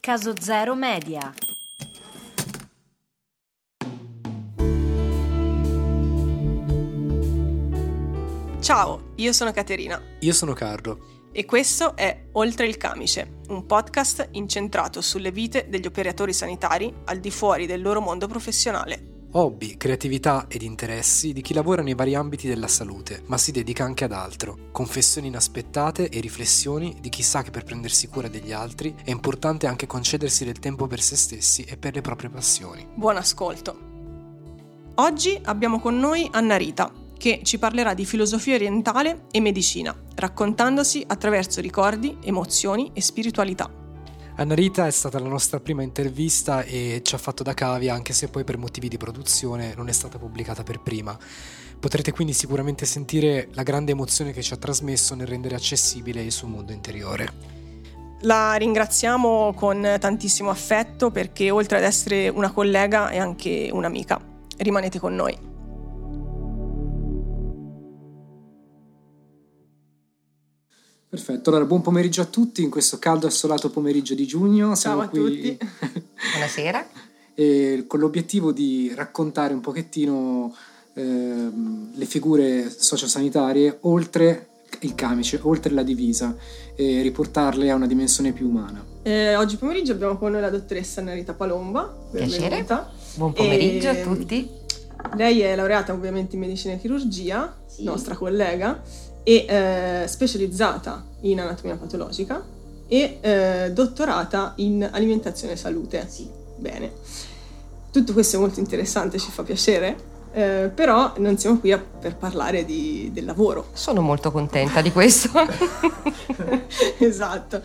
Caso Zero Media. Ciao, io sono Caterina. Io sono Carlo. E questo è Oltre il Camice, un podcast incentrato sulle vite degli operatori sanitari al di fuori del loro mondo professionale. Hobby, creatività ed interessi di chi lavora nei vari ambiti della salute, ma si dedica anche ad altro. Confessioni inaspettate e riflessioni di chi sa che per prendersi cura degli altri è importante anche concedersi del tempo per se stessi e per le proprie passioni. Buon ascolto. Oggi abbiamo con noi Anna Rita, che ci parlerà di filosofia orientale e medicina, raccontandosi attraverso ricordi, emozioni e spiritualità. Anna Rita è stata la nostra prima intervista e ci ha fatto da cavia, anche se poi per motivi di produzione non è stata pubblicata per prima. Potrete quindi sicuramente sentire la grande emozione che ci ha trasmesso nel rendere accessibile il suo mondo interiore. La ringraziamo con tantissimo affetto perché oltre ad essere una collega è anche un'amica. Rimanete con noi. Perfetto, allora buon pomeriggio a tutti in questo caldo e assolato pomeriggio di giugno. Ciao a tutti. Buonasera. E con l'obiettivo di raccontare un pochettino le figure sociosanitarie oltre il camice, oltre la divisa, e riportarle a una dimensione più umana. Oggi pomeriggio abbiamo con noi la dottoressa Anna Rita Palomba. Piacere. Buon pomeriggio a tutti. Lei è laureata ovviamente in medicina e chirurgia, sì, nostra collega, e specializzata in anatomia patologica e dottorata in alimentazione e salute. Sì. Bene. Tutto questo è molto interessante, ci fa piacere, però non siamo qui per parlare del lavoro. Sono molto contenta di questo. Esatto.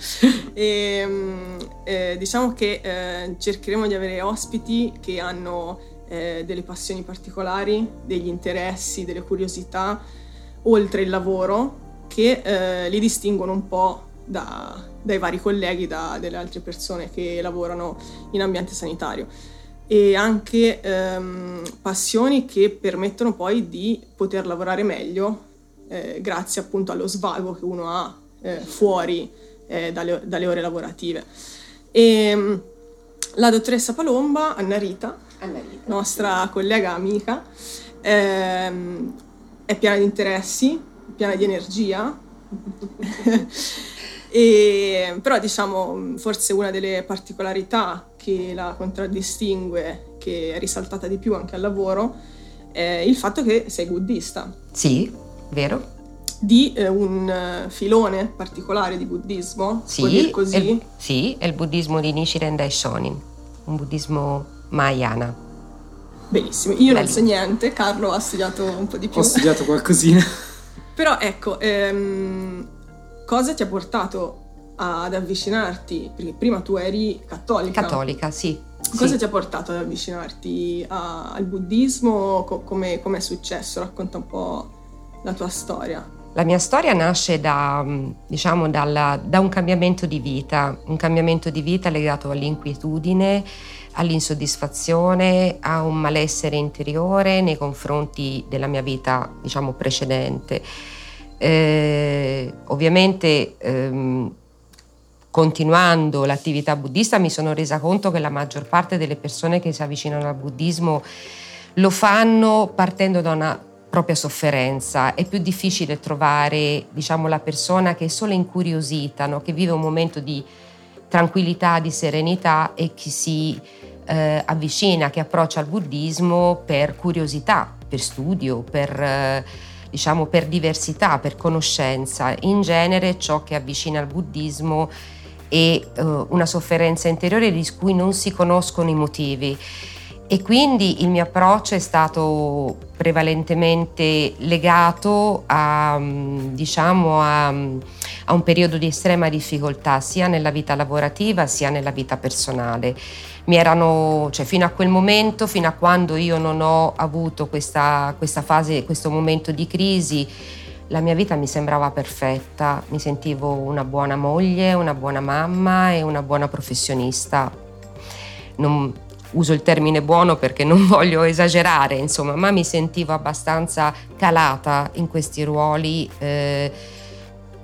Diciamo che cercheremo di avere ospiti che hanno delle passioni particolari, degli interessi, delle curiosità oltre il lavoro che li distinguono un po' dai vari colleghi, delle altre persone che lavorano in ambiente sanitario, e anche passioni che permettono poi di poter lavorare meglio grazie appunto allo svago che uno ha fuori dalle ore lavorative. E la dottoressa Palomba, Anna Rita, nostra collega amica, è piena di interessi, piena di energia, però diciamo forse una delle particolarità che la contraddistingue, che è risaltata di più anche al lavoro, è il fatto che sei buddista. Sì, vero. Di un filone particolare di buddismo, sì, può dire così? Sì, è il buddismo di Nichiren Daishonin, un buddismo mahayana. Benissimo, io non so niente, Carlo ha studiato un po' di più. Ho studiato qualcosina. Però ecco, cosa ti ha portato ad avvicinarti? Perché prima tu eri cattolica. Cattolica, sì. Cosa ti ha portato ad avvicinarti al buddismo? Come è successo? Racconta un po' la tua storia. La mia storia nasce da un cambiamento di vita, legato all'inquietudine, all'insoddisfazione, a un malessere interiore nei confronti della mia vita, precedente. Ovviamente, continuando l'attività buddista, mi sono resa conto che la maggior parte delle persone che si avvicinano al buddismo lo fanno partendo da una propria sofferenza. È più difficile trovare, la persona che è solo incuriosita, no? Che vive un momento di tranquillità, di serenità, e chi si avvicina, che approccia al buddismo per curiosità, per studio, per diversità, per conoscenza. In genere ciò che avvicina al buddismo è una sofferenza interiore di cui non si conoscono i motivi. E quindi il mio approccio è stato prevalentemente legato a un periodo di estrema difficoltà, sia nella vita lavorativa sia nella vita personale. Fino a quel momento, fino a quando io non ho avuto questa fase, questo momento di crisi, la mia vita mi sembrava perfetta. Mi sentivo una buona moglie, una buona mamma e una buona professionista. Non uso il termine buono perché non voglio esagerare, ma mi sentivo abbastanza calata in questi ruoli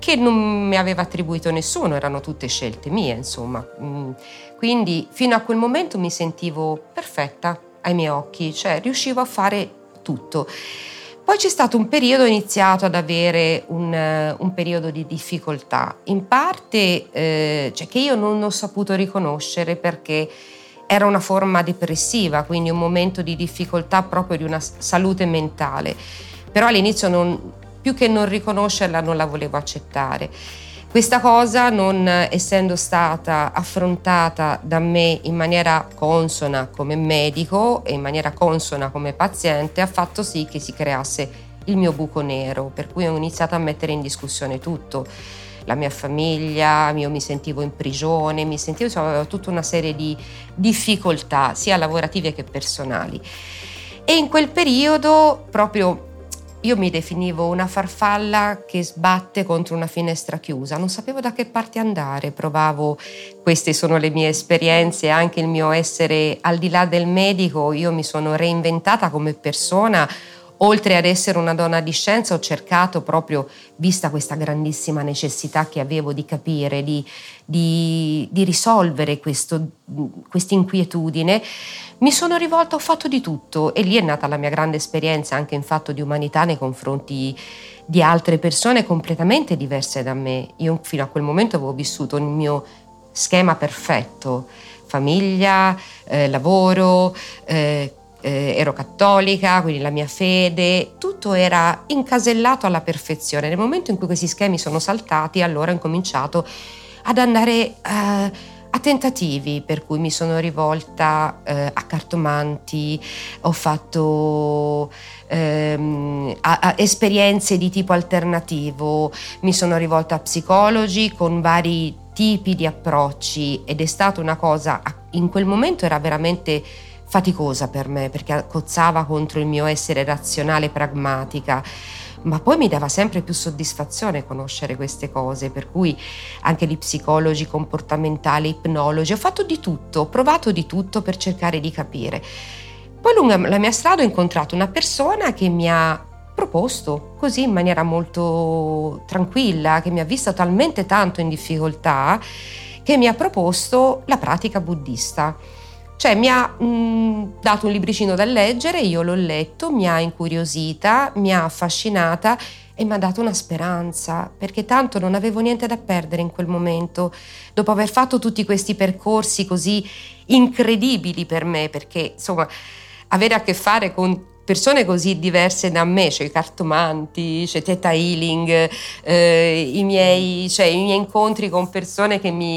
che non mi aveva attribuito nessuno, erano tutte scelte mie, insomma. Quindi fino a quel momento mi sentivo perfetta ai miei occhi, cioè riuscivo a fare tutto. Poi c'è stato un periodo, ho iniziato ad avere un periodo di difficoltà, in parte cioè che io non ho saputo riconoscere perché era una forma depressiva, quindi un momento di difficoltà proprio di una salute mentale. Però all'inizio più che non riconoscerla non la volevo accettare. Questa cosa, non essendo stata affrontata da me in maniera consona come medico e in maniera consona come paziente, ha fatto sì che si creasse il mio buco nero, per cui ho iniziato a mettere in discussione tutto. La mia famiglia, io mi sentivo in prigione, avevo tutta una serie di difficoltà, sia lavorative che personali. E in quel periodo proprio io mi definivo una farfalla che sbatte contro una finestra chiusa, non sapevo da che parte andare, queste sono le mie esperienze, anche il mio essere al di là del medico, io mi sono reinventata come persona, oltre ad essere una donna di scienza ho cercato proprio, vista questa grandissima necessità che avevo di capire, di risolvere questa inquietudine, mi sono rivolta, ho fatto di tutto e lì è nata la mia grande esperienza anche in fatto di umanità nei confronti di altre persone completamente diverse da me. Io fino a quel momento avevo vissuto il mio schema perfetto, famiglia, lavoro, ero cattolica, quindi la mia fede, tutto era incasellato alla perfezione. Nel momento in cui questi schemi sono saltati, allora ho incominciato ad andare a tentativi, per cui mi sono rivolta a cartomanti, ho fatto a esperienze di tipo alternativo, mi sono rivolta a psicologi con vari tipi di approcci ed è stata una cosa, in quel momento era veramente faticosa per me perché cozzava contro il mio essere razionale e pragmatica, ma poi mi dava sempre più soddisfazione conoscere queste cose, per cui anche gli psicologi comportamentali, ipnologi, ho fatto di tutto, ho provato di tutto per cercare di capire. Poi lungo la mia strada ho incontrato una persona che mi ha proposto così in maniera molto tranquilla, che mi ha vista talmente tanto in difficoltà, che mi ha proposto la pratica buddista. Cioè mi ha dato un libricino da leggere, io l'ho letto, mi ha incuriosita, mi ha affascinata e mi ha dato una speranza, perché tanto non avevo niente da perdere in quel momento, dopo aver fatto tutti questi percorsi così incredibili per me, perché insomma avere a che fare con persone così diverse da me, cioè i cartomanti, cioè Theta Healing, i miei incontri con persone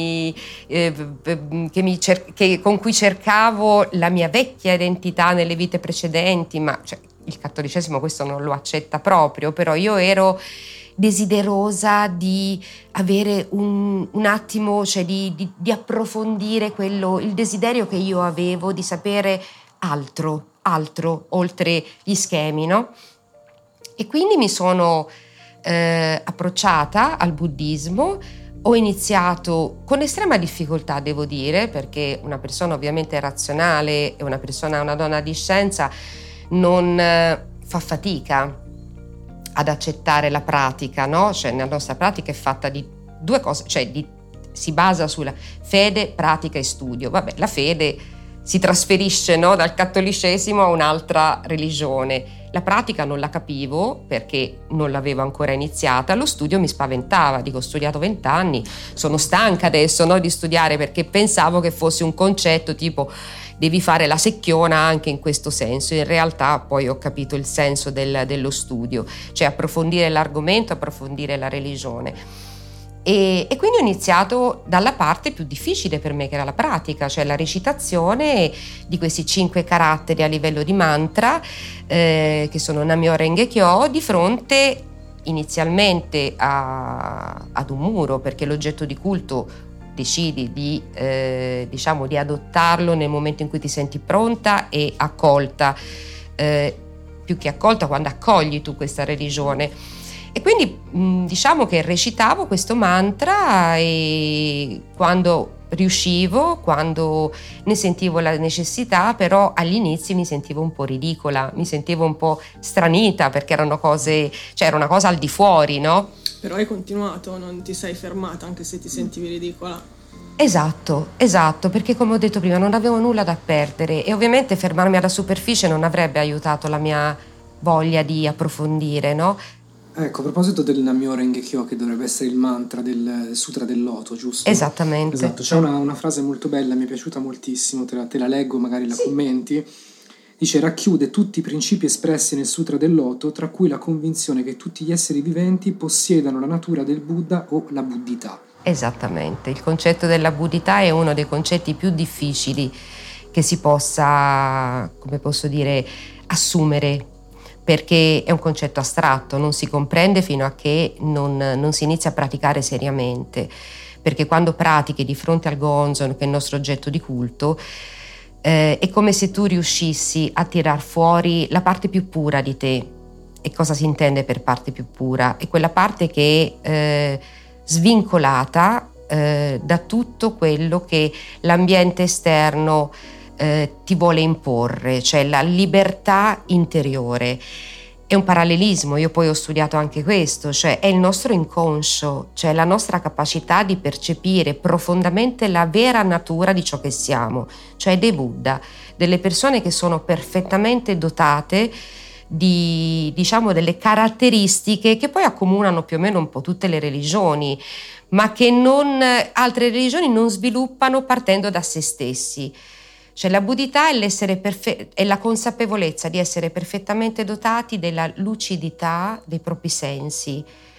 con cui cercavo la mia vecchia identità nelle vite precedenti, ma cioè, il cattolicesimo questo non lo accetta proprio, però io ero desiderosa di avere un attimo, cioè di approfondire il desiderio che io avevo di sapere altro oltre gli schemi, no? E quindi mi sono approcciata al buddismo, ho iniziato con estrema difficoltà, devo dire, perché una persona ovviamente razionale e una donna di scienza non fa fatica ad accettare la pratica, no? Cioè la nostra pratica è fatta di due cose, cioè si basa sulla fede, pratica e studio. Vabbè, la fede si trasferisce, no, dal cattolicesimo a un'altra religione. La pratica non la capivo perché non l'avevo ancora iniziata, lo studio mi spaventava, dico ho studiato 20 anni, sono stanca adesso, no, di studiare, perché pensavo che fosse un concetto tipo devi fare la secchiona anche in questo senso. In realtà poi ho capito il senso dello studio, cioè approfondire l'argomento, approfondire la religione. E quindi ho iniziato dalla parte più difficile per me, che era la pratica, cioè la recitazione di questi 5 caratteri a livello di mantra, che sono Nam-myoho Renge-kyo, di fronte inizialmente ad un muro, perché l'oggetto di culto decidi di adottarlo nel momento in cui ti senti pronta e accolta, più che accolta quando accogli tu questa religione. E quindi diciamo che recitavo questo mantra e quando riuscivo, quando ne sentivo la necessità, però all'inizio mi sentivo un po' ridicola, mi sentivo un po' stranita, perché erano cose, cioè era una cosa al di fuori, no? Però hai continuato, non ti sei fermata anche se ti sentivi ridicola. Esatto, perché come ho detto prima non avevo nulla da perdere, e ovviamente fermarmi alla superficie non avrebbe aiutato la mia voglia di approfondire, no? Ecco, a proposito del Namyo Renge-kyo, che dovrebbe essere il mantra del Sutra del Loto, giusto? Esattamente. Esatto, c'è una frase molto bella, mi è piaciuta moltissimo, te la leggo, magari la commenti. Dice: racchiude tutti i principi espressi nel Sutra del Loto, tra cui la convinzione che tutti gli esseri viventi possiedano la natura del Buddha o la buddhità. Esattamente, il concetto della buddhità è uno dei concetti più difficili che si possa, come posso dire, assumere, perché è un concetto astratto, non si comprende fino a che non si inizia a praticare seriamente, perché quando pratichi di fronte al Gonzon, che è il nostro oggetto di culto, è come se tu riuscissi a tirar fuori la parte più pura di te. E cosa si intende per parte più pura? È quella parte che è svincolata da tutto quello che l'ambiente esterno ti vuole imporre, cioè la libertà interiore. È un parallelismo, io poi ho studiato anche questo, cioè è il nostro inconscio, cioè la nostra capacità di percepire profondamente la vera natura di ciò che siamo, cioè dei Buddha, delle persone che sono perfettamente dotate di, diciamo, delle caratteristiche che poi accomunano più o meno un po' tutte le religioni, ma che altre religioni non sviluppano partendo da se stessi. Cioè la buddhità è la consapevolezza di essere perfettamente dotati della lucidità dei propri sensi,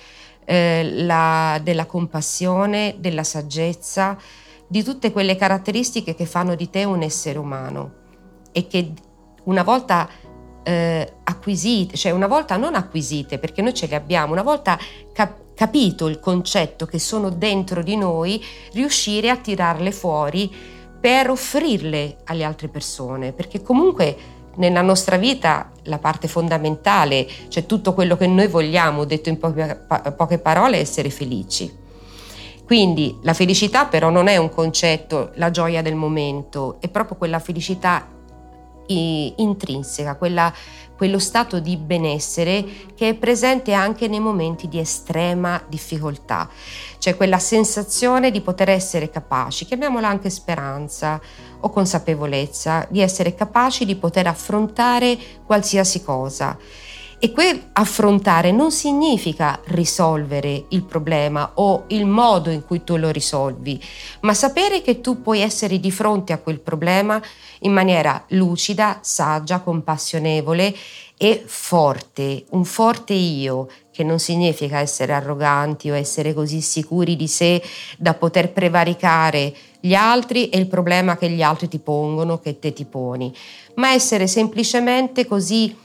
della compassione, della saggezza, di tutte quelle caratteristiche che fanno di te un essere umano e che una volta acquisite, cioè una volta non acquisite perché noi ce le abbiamo, una volta capito il concetto che sono dentro di noi, riuscire a tirarle fuori per offrirle alle altre persone, perché comunque nella nostra vita la parte fondamentale, cioè tutto quello che noi vogliamo, detto in poche parole, è essere felici. Quindi la felicità però non è un concetto, la gioia del momento, è proprio quella felicità intrinseca, quello stato di benessere che è presente anche nei momenti di estrema difficoltà, cioè quella sensazione di poter essere capaci, chiamiamola anche speranza o consapevolezza, di essere capaci di poter affrontare qualsiasi cosa. E quel affrontare non significa risolvere il problema o il modo in cui tu lo risolvi, ma sapere che tu puoi essere di fronte a quel problema in maniera lucida, saggia, compassionevole e forte, un forte io, che non significa essere arroganti o essere così sicuri di sé da poter prevaricare gli altri e il problema che gli altri ti pongono, che te ti poni, ma essere semplicemente così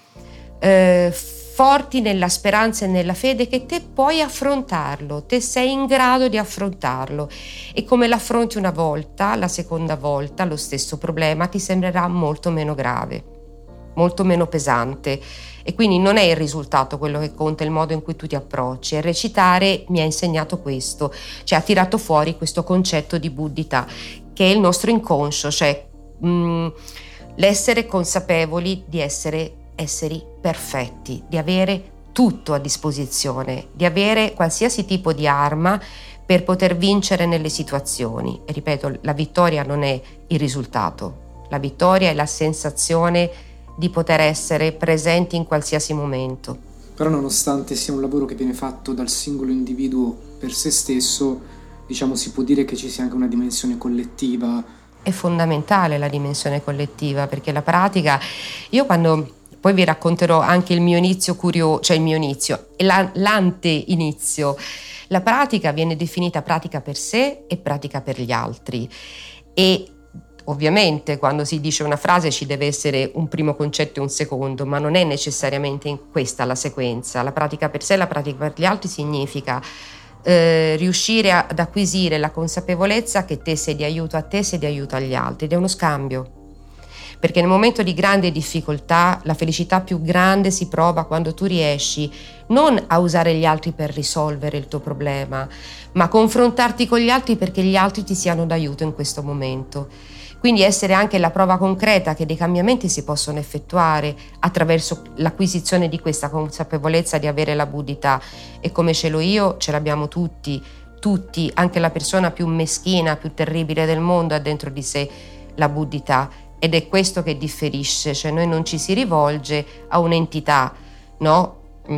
forti nella speranza e nella fede che te puoi affrontarlo, te sei in grado di affrontarlo, e come l'affronti una volta, la seconda volta lo stesso problema ti sembrerà molto meno grave, molto meno pesante, e quindi non è il risultato quello che conta, è il modo in cui tu ti approcci. E recitare mi ha insegnato questo, cioè ha tirato fuori questo concetto di buddhità che è il nostro inconscio, cioè l'essere consapevoli di essere esseri perfetti, di avere tutto a disposizione, di avere qualsiasi tipo di arma per poter vincere nelle situazioni. E ripeto, la vittoria non è il risultato, la vittoria è la sensazione di poter essere presenti in qualsiasi momento. Però nonostante sia un lavoro che viene fatto dal singolo individuo per se stesso, diciamo, si può dire che ci sia anche una dimensione collettiva. È fondamentale la dimensione collettiva, perché la pratica, io quando poi vi racconterò anche il mio inizio curioso, cioè il mio inizio e l'ante-inizio. La pratica viene definita pratica per sé e pratica per gli altri, e ovviamente quando si dice una frase ci deve essere un primo concetto e un secondo, ma non è necessariamente in questa la sequenza. La pratica per sé e la pratica per gli altri significa riuscire ad acquisire la consapevolezza che te sei di aiuto a te, sei di aiuto agli altri, ed è uno scambio. perché nel momento di grande difficoltà la felicità più grande si prova quando tu riesci non a usare gli altri per risolvere il tuo problema, ma a confrontarti con gli altri perché gli altri ti siano d'aiuto in questo momento. Quindi essere anche la prova concreta che dei cambiamenti si possono effettuare attraverso l'acquisizione di questa consapevolezza di avere la buddhità. E come ce l'ho io, ce l'abbiamo tutti, anche la persona più meschina, più terribile del mondo ha dentro di sé la buddhità, ed è questo che differisce, cioè noi non ci si rivolge a un'entità, no?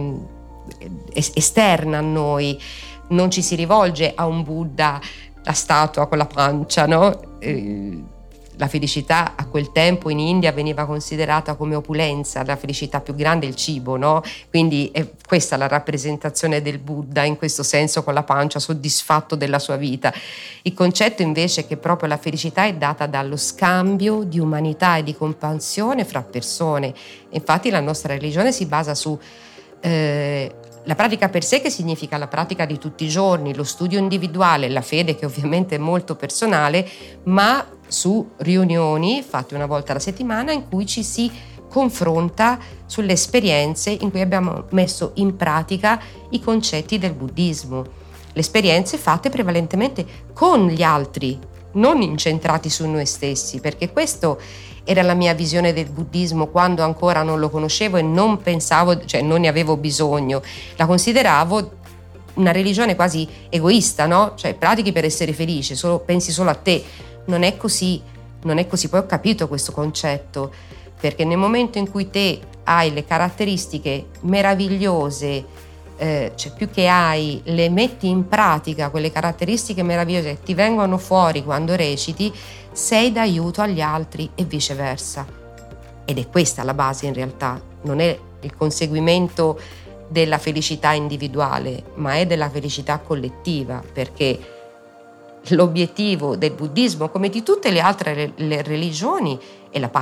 Esterna a noi, non ci si rivolge a un Buddha, la statua con la pancia, no? La felicità a quel tempo in India veniva considerata come opulenza, la felicità più grande è il cibo, no? Quindi è questa la rappresentazione del Buddha, in questo senso, con la pancia, soddisfatto della sua vita. Il concetto invece è che proprio la felicità è data dallo scambio di umanità e di compassione fra persone. Infatti la nostra religione si basa su la pratica per sé, che significa la pratica di tutti i giorni, lo studio individuale, la fede che ovviamente è molto personale, ma su riunioni fatte una volta alla settimana in cui ci si confronta sulle esperienze in cui abbiamo messo in pratica i concetti del buddismo. Le esperienze fatte prevalentemente con gli altri, non incentrati su noi stessi, perché questo era la mia visione del buddismo quando ancora non lo conoscevo e non pensavo, cioè non ne avevo bisogno. La consideravo una religione quasi egoista, no? Cioè pratichi per essere felice, pensi solo a te. Non è così. Poi ho capito questo concetto, perché nel momento in cui te hai le caratteristiche meravigliose, cioè più che le metti in pratica quelle caratteristiche meravigliose che ti vengono fuori quando reciti, sei d'aiuto agli altri e viceversa. Ed è questa la base in realtà, non è il conseguimento della felicità individuale, ma è della felicità collettiva, perché l'obiettivo del buddismo, come di tutte le altre le religioni, è la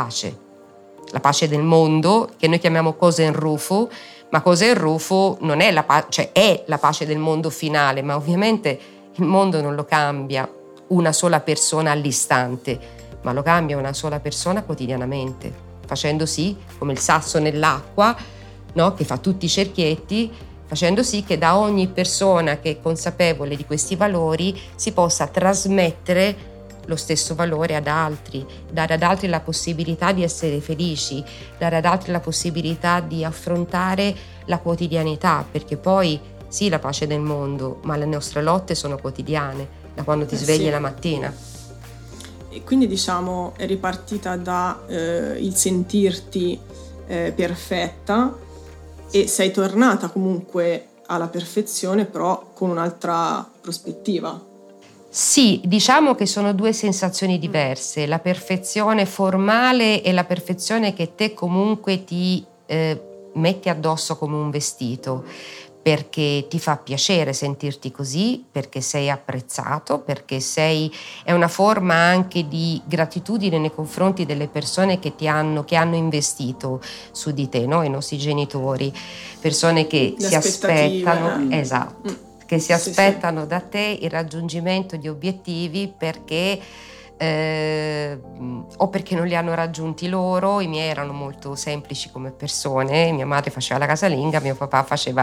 pace del mondo, che noi chiamiamo Kosen Rufu, ma Kosen Rufu non è cioè è la pace del mondo finale, ma ovviamente il mondo non lo cambia una sola persona all'istante, ma lo cambia una sola persona quotidianamente, facendo sì, come il sasso nell'acqua, no? Che fa tutti i cerchietti, facendo sì che da ogni persona che è consapevole di questi valori si possa trasmettere lo stesso valore ad altri, dare ad altri la possibilità di essere felici, dare ad altri la possibilità di affrontare la quotidianità, perché poi sì, la pace del mondo, ma le nostre lotte sono quotidiane, da quando ti svegli la mattina. E quindi diciamo è ripartita da il sentirti perfetta, e sei tornata comunque alla perfezione, però con un'altra prospettiva. Sì, diciamo che sono due sensazioni diverse, la perfezione formale e la perfezione che te comunque ti metti addosso come un vestito, perché ti fa piacere sentirti così, perché sei apprezzato, perché è una forma anche di gratitudine nei confronti delle persone che hanno investito su di te, no? I nostri genitori, persone che si aspettano, esatto, che si aspettano da te il raggiungimento di obiettivi perché o perché non li hanno raggiunti loro. I miei erano molto semplici come persone, mia madre faceva la casalinga, mio papà faceva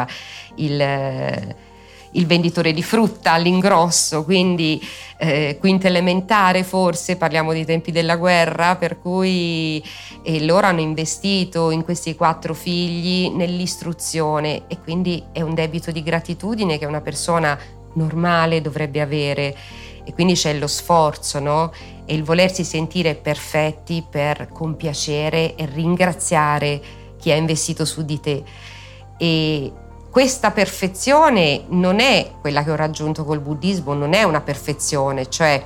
il venditore di frutta all'ingrosso, quindi quinta elementare forse, parliamo di tempi della guerra, per cui loro hanno investito in questi 4 figli nell'istruzione, e quindi è un debito di gratitudine che una persona normale dovrebbe avere. E quindi c'è lo sforzo, no? E il volersi sentire perfetti per compiacere e ringraziare chi ha investito su di te. E questa perfezione non è quella che ho raggiunto col buddismo, non è una perfezione, cioè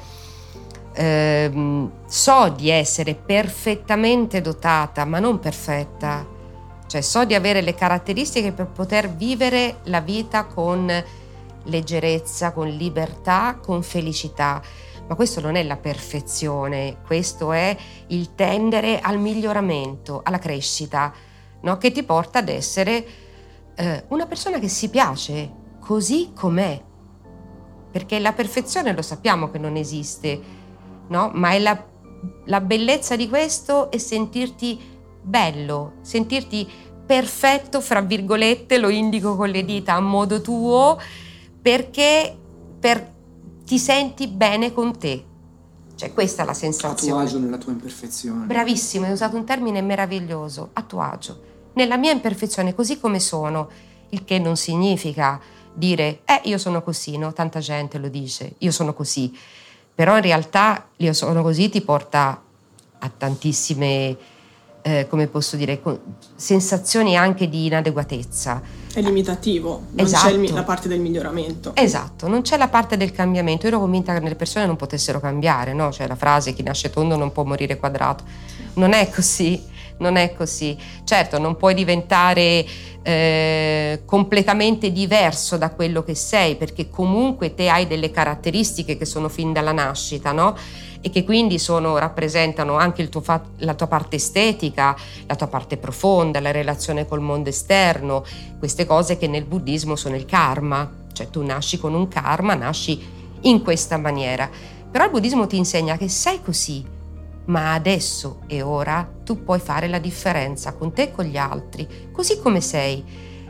so di essere perfettamente dotata, ma non perfetta. Cioè so di avere le caratteristiche per poter vivere la vita con leggerezza, con libertà, con felicità, ma questo non è la perfezione, questo è il tendere al miglioramento, alla crescita, no? Che ti porta ad essere una persona che si piace così com'è, perché la perfezione lo sappiamo che non esiste, no? Ma è la bellezza di questo è sentirti bello, sentirti perfetto, fra virgolette, lo indico con le dita a modo tuo, perché ti senti bene con te. Cioè questa è la sensazione. A tuo agio nella tua imperfezione. Bravissimo, hai usato un termine meraviglioso, a tuo agio. Nella mia imperfezione, così come sono, il che non significa dire io sono così, no? Tanta gente lo dice, io sono così. Però in realtà io sono così ti porta a tantissime, come posso dire, sensazioni anche di inadeguatezza. È limitativo, non Esatto. c'è la parte del miglioramento. Esatto, non c'è la parte del cambiamento. Io ero convinta che le persone non potessero cambiare, no? Cioè la frase chi nasce tondo non può morire quadrato. Non è così, non è così. Certo, non puoi diventare completamente diverso da quello che sei, perché comunque te hai delle caratteristiche che sono fin dalla nascita, no? E che quindi rappresentano anche la tua parte estetica, la tua parte profonda, la relazione col mondo esterno, queste cose che nel buddismo sono il karma, cioè tu nasci con un karma, nasci in questa maniera. Però il buddismo ti insegna che sei così, ma adesso e ora tu puoi fare la differenza con te e con gli altri, così come sei,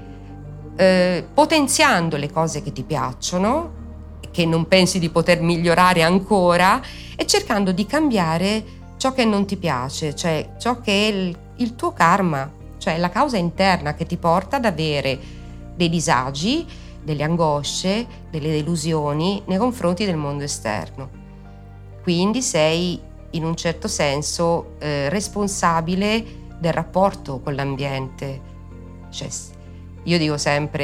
potenziando le cose che ti piacciono, che non pensi di poter migliorare ancora, e cercando di cambiare ciò che non ti piace, cioè ciò che è il tuo karma, cioè la causa interna che ti porta ad avere dei disagi, delle angosce, delle delusioni nei confronti del mondo esterno. Quindi sei in un certo senso responsabile del rapporto con l'ambiente. Cioè, io dico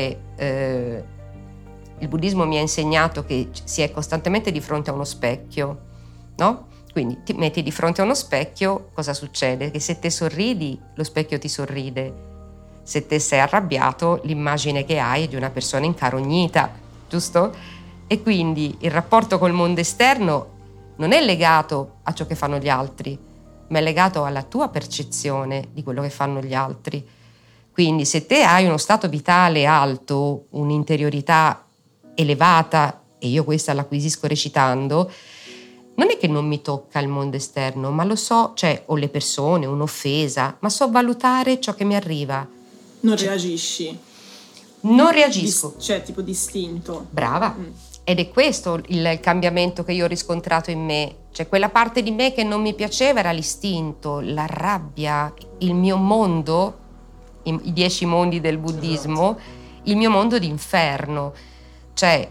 sempre il buddismo mi ha insegnato che si è costantemente di fronte a uno specchio, no? Quindi ti metti di fronte a uno specchio, cosa succede? Che se te sorridi, lo specchio ti sorride. Se te sei arrabbiato, l'immagine che hai è di una persona incarognita, giusto? E quindi il rapporto col mondo esterno non è legato a ciò che fanno gli altri, ma è legato alla tua percezione di quello che fanno gli altri. Quindi se te hai uno stato vitale alto, un'interiorità elevata, e io questa l'acquisisco recitando, non è che non mi tocca il mondo esterno, ma lo so, cioè ho le persone, un'offesa, ma so valutare ciò che mi arriva. Non reagisci. Non reagisco. Cioè tipo distinto. Brava. Ed è questo il cambiamento che io ho riscontrato in me. Cioè quella parte di me che non mi piaceva era l'istinto, la rabbia, il mio mondo, i 10 mondi del buddismo, il mio mondo d'inferno. Cioè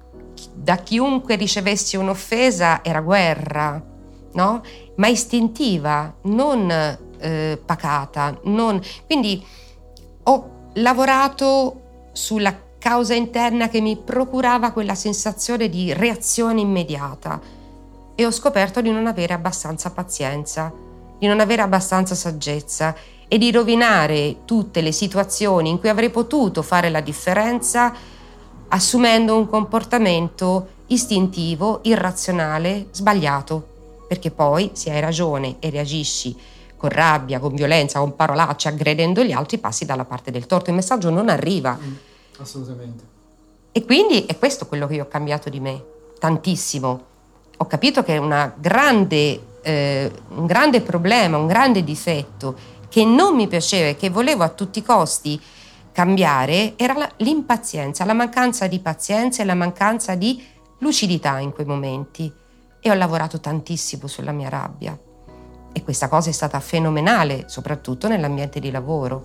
da chiunque ricevessi un'offesa era guerra, no? Ma istintiva, non pacata. Quindi ho lavorato sulla causa interna che mi procurava quella sensazione di reazione immediata e ho scoperto di non avere abbastanza pazienza, di non avere abbastanza saggezza e di rovinare tutte le situazioni in cui avrei potuto fare la differenza assumendo un comportamento istintivo, irrazionale, sbagliato, perché poi se hai ragione e reagisci con rabbia, con violenza, con parolacce, aggredendo gli altri, passi dalla parte del torto, il messaggio non arriva. Assolutamente. E quindi è questo quello che io ho cambiato di me, tantissimo. Ho capito che è un grande problema, un grande difetto che non mi piaceva e che volevo a tutti i costi cambiare era l'impazienza, la mancanza di pazienza e la mancanza di lucidità in quei momenti. E ho lavorato tantissimo sulla mia rabbia. E questa cosa è stata fenomenale, soprattutto nell'ambiente di lavoro.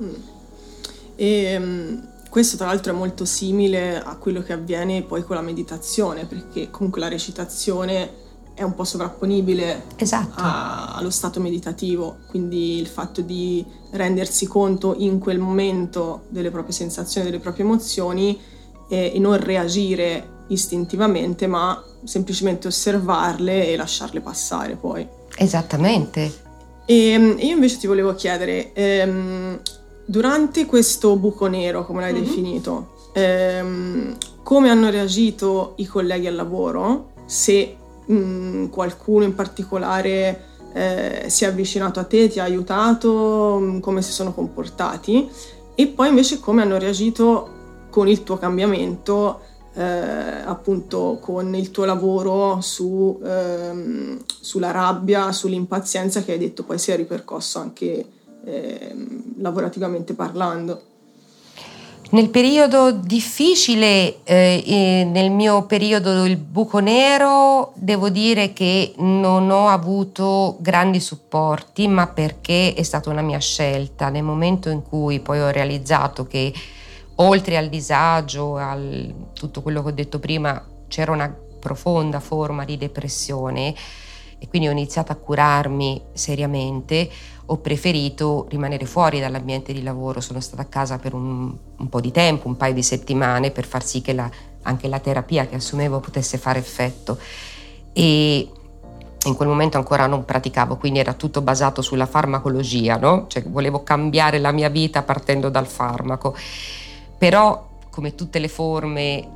Questo tra l'altro è molto simile a quello che avviene poi con la meditazione, perché comunque la recitazione è un po' sovrapponibile allo stato meditativo, quindi il fatto di rendersi conto in quel momento delle proprie sensazioni, delle proprie emozioni e non reagire istintivamente, ma semplicemente osservarle e lasciarle passare poi. Esattamente. E io invece ti volevo chiedere, durante questo buco nero, come l'hai definito, come hanno reagito i colleghi al lavoro? Se qualcuno in particolare si è avvicinato a te, ti ha aiutato, come si sono comportati? E poi invece come hanno reagito con il tuo cambiamento appunto con il tuo lavoro sulla rabbia, sull'impazienza che hai detto poi si è ripercosso anche lavorativamente parlando. Nel periodo difficile, nel mio periodo del buco nero, devo dire che non ho avuto grandi supporti, ma perché è stata una mia scelta. Nel momento in cui poi ho realizzato che oltre al disagio, a tutto quello che ho detto prima, c'era una profonda forma di depressione e quindi ho iniziato a curarmi seriamente, ho preferito rimanere fuori dall'ambiente di lavoro. Sono stata a casa per un po' di tempo, un paio di settimane, per far sì che anche la terapia che assumevo potesse fare effetto. E in quel momento ancora non praticavo, quindi era tutto basato sulla farmacologia, no? Cioè volevo cambiare la mia vita partendo dal farmaco. Però, come tutte le forme,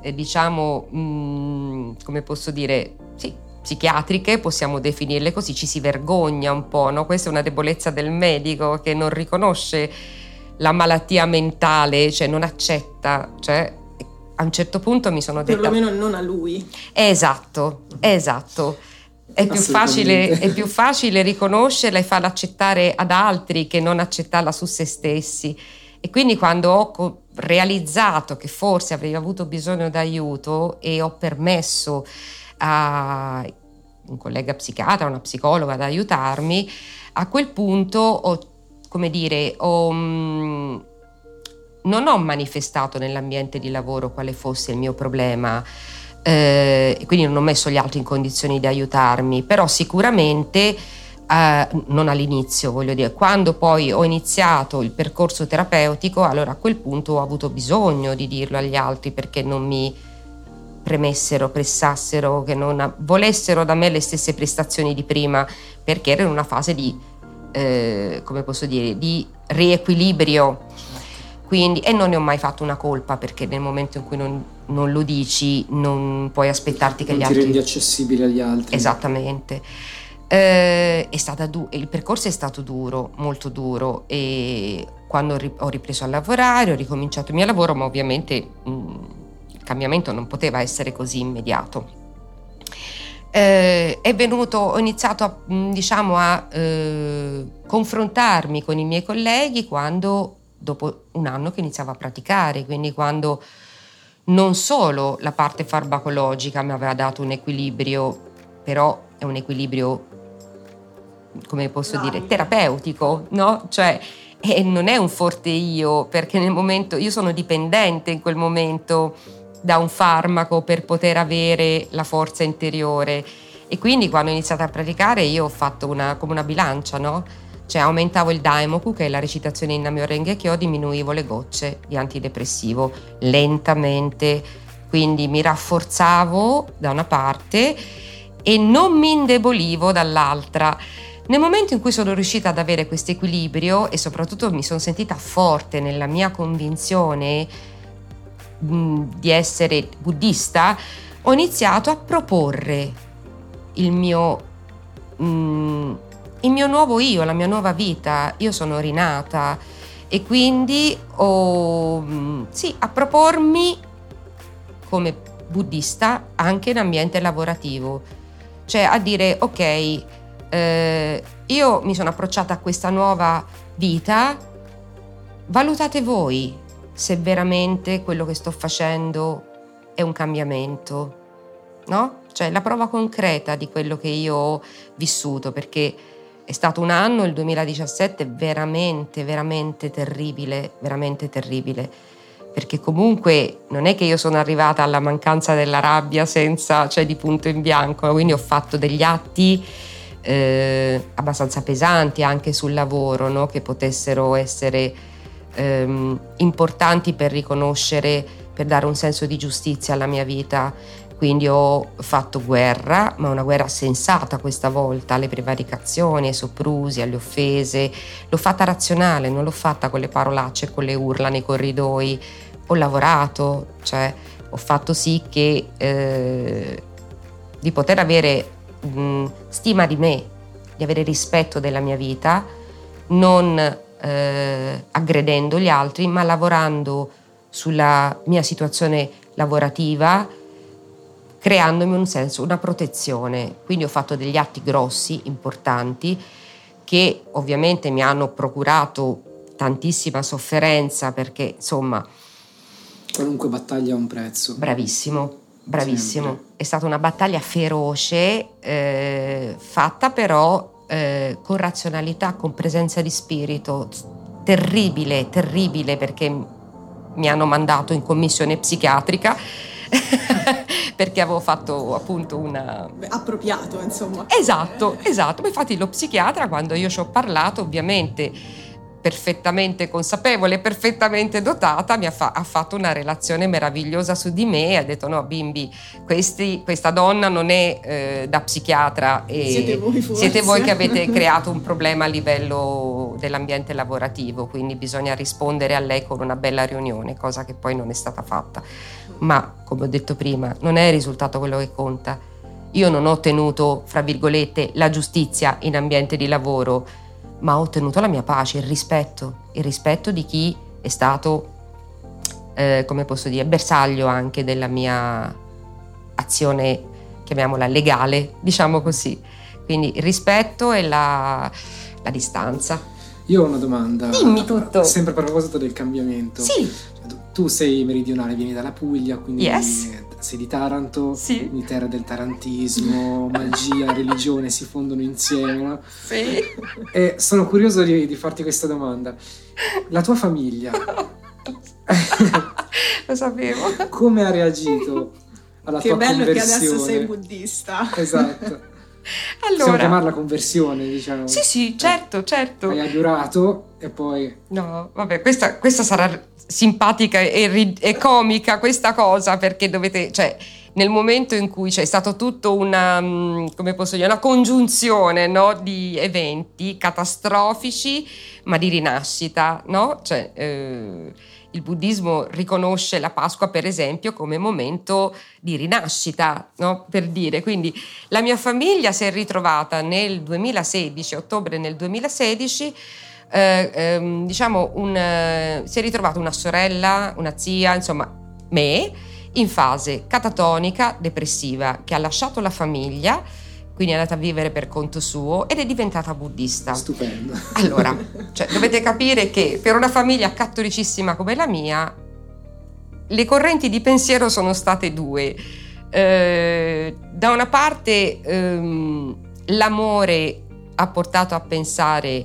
come posso dire, sì, psichiatriche, possiamo definirle così, ci si vergogna un po', no? Questa è una debolezza del medico che non riconosce la malattia mentale, cioè non accetta, cioè a un certo punto mi sono detta... Perlomeno non a lui. Esatto. È più facile riconoscerla e farla accettare ad altri che non accettarla su se stessi. E quindi quando ho realizzato che forse avrei avuto bisogno d'aiuto e ho permesso a un collega psichiatra, una psicologa ad aiutarmi, a quel punto non ho manifestato nell'ambiente di lavoro quale fosse il mio problema, e quindi non ho messo gli altri in condizioni di aiutarmi, però sicuramente non all'inizio, voglio dire, quando poi ho iniziato il percorso terapeutico, allora a quel punto ho avuto bisogno di dirlo agli altri, perché non mi pressassero, che non volessero da me le stesse prestazioni di prima, perché ero in una fase di di riequilibrio. Quindi, e non ne ho mai fatto una colpa, perché nel momento in cui non lo dici non puoi aspettarti che gli altri... Non ti rendi accessibile agli altri. Esattamente. Il percorso è stato duro, molto duro, e quando ho ripreso a lavorare, ho ricominciato il mio lavoro, ma ovviamente il cambiamento non poteva essere così immediato. Ho iniziato a confrontarmi con i miei colleghi dopo un anno che iniziavo a praticare, quindi quando non solo la parte farmacologica mi aveva dato un equilibrio, però è un equilibrio, come posso dire, terapeutico, no? Cioè, non è un forte io, perché nel momento io sono dipendente in quel momento da un farmaco per poter avere la forza interiore, e quindi quando ho iniziato a praticare io ho fatto come una bilancia, no? Cioè aumentavo il Daimoku, che è la recitazione in Namyo Renge-kyo, diminuivo le gocce di antidepressivo lentamente, quindi mi rafforzavo da una parte e non mi indebolivo dall'altra. Nel momento in cui sono riuscita ad avere questo equilibrio e soprattutto mi sono sentita forte nella mia convinzione di essere buddista, ho iniziato a proporre il mio nuovo io, la mia nuova vita. Io sono rinata e quindi a propormi come buddista anche in ambiente lavorativo, cioè a dire ok, io mi sono approcciata a questa nuova vita, valutate voi se veramente quello che sto facendo è un cambiamento, no? Cioè la prova concreta di quello che io ho vissuto, perché è stato un anno, il 2017, veramente, veramente terribile, perché comunque non è che io sono arrivata alla mancanza della rabbia cioè di punto in bianco, quindi ho fatto degli atti abbastanza pesanti anche sul lavoro, no? Che potessero essere importanti per riconoscere, per dare un senso di giustizia alla mia vita. Quindi ho fatto guerra, ma una guerra sensata questa volta, alle prevaricazioni, ai soprusi, alle offese. L'ho fatta razionale, non l'ho fatta con le parolacce, con le urla nei corridoi. Ho lavorato, cioè ho fatto sì che di poter avere stima di me, di avere rispetto della mia vita, non aggredendo gli altri, ma lavorando sulla mia situazione lavorativa, creandomi un senso, una protezione. Quindi ho fatto degli atti grossi, importanti, che ovviamente mi hanno procurato tantissima sofferenza, perché insomma... Qualunque battaglia ha un prezzo. Bravissimo. Sempre. È stata una battaglia feroce, fatta però con razionalità, con presenza di spirito. Terribile, perché mi hanno mandato in commissione psichiatrica perché avevo fatto appunto una... appropriato, insomma. Esatto. Ma infatti lo psichiatra, quando io ci ho parlato, ovviamente perfettamente consapevole, perfettamente dotata, ha fatto una relazione meravigliosa su di me e ha detto: no bimbi, questa donna non è da psichiatra, e siete voi che avete creato un problema a livello dell'ambiente lavorativo, quindi bisogna rispondere a lei con una bella riunione, cosa che poi non è stata fatta. Ma come ho detto prima, non è il risultato quello che conta. Io non ho ottenuto, fra virgolette, la giustizia in ambiente di lavoro, ma ho ottenuto la mia pace, il rispetto di chi è stato, come posso dire, bersaglio anche della mia azione, chiamiamola legale, diciamo così. Quindi il rispetto e la distanza. Io ho una domanda. Dimmi tutto. Sempre a proposito del cambiamento. Sì. Tu sei meridionale, vieni dalla Puglia, quindi Yes. Sei di Taranto, Sì. di terra del tarantismo, magia, religione si fondono insieme, no? Sì. E sono curioso di farti questa domanda. La tua famiglia Lo sapevo. come ha reagito alla Che tua bello conversione? che adesso sei buddista. Esatto. Possiamo Allora, chiamarla conversione, diciamo. sì, certo. Hai adorato e poi... No, vabbè, questa sarà simpatica e comica questa cosa, perché cioè, nel momento in cui c'è stato tutto una, come posso dire, una congiunzione, no, di eventi catastrofici, ma di rinascita, no? Cioè, il buddismo riconosce la Pasqua, per esempio, come momento di rinascita, no? Per dire, quindi la mia famiglia si è ritrovata nel 2016, ottobre nel 2016, diciamo si è ritrovata una sorella, una zia, insomma me, in fase catatonica, depressiva, che ha lasciato la famiglia, quindi è andata a vivere per conto suo ed è diventata buddista. Stupendo. Allora, cioè, dovete capire che per una famiglia cattolicissima come la mia, le correnti di pensiero sono state due. Da una parte l'amore ha portato a pensare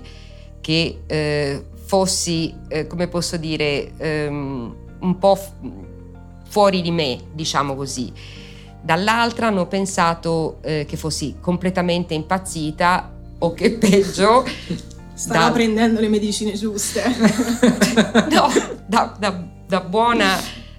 che fossi, come posso dire, un po' fuori di me, diciamo così. Dall'altra hanno pensato che fossi completamente impazzita o che peggio... Stava prendendo le medicine giuste. No, da buona...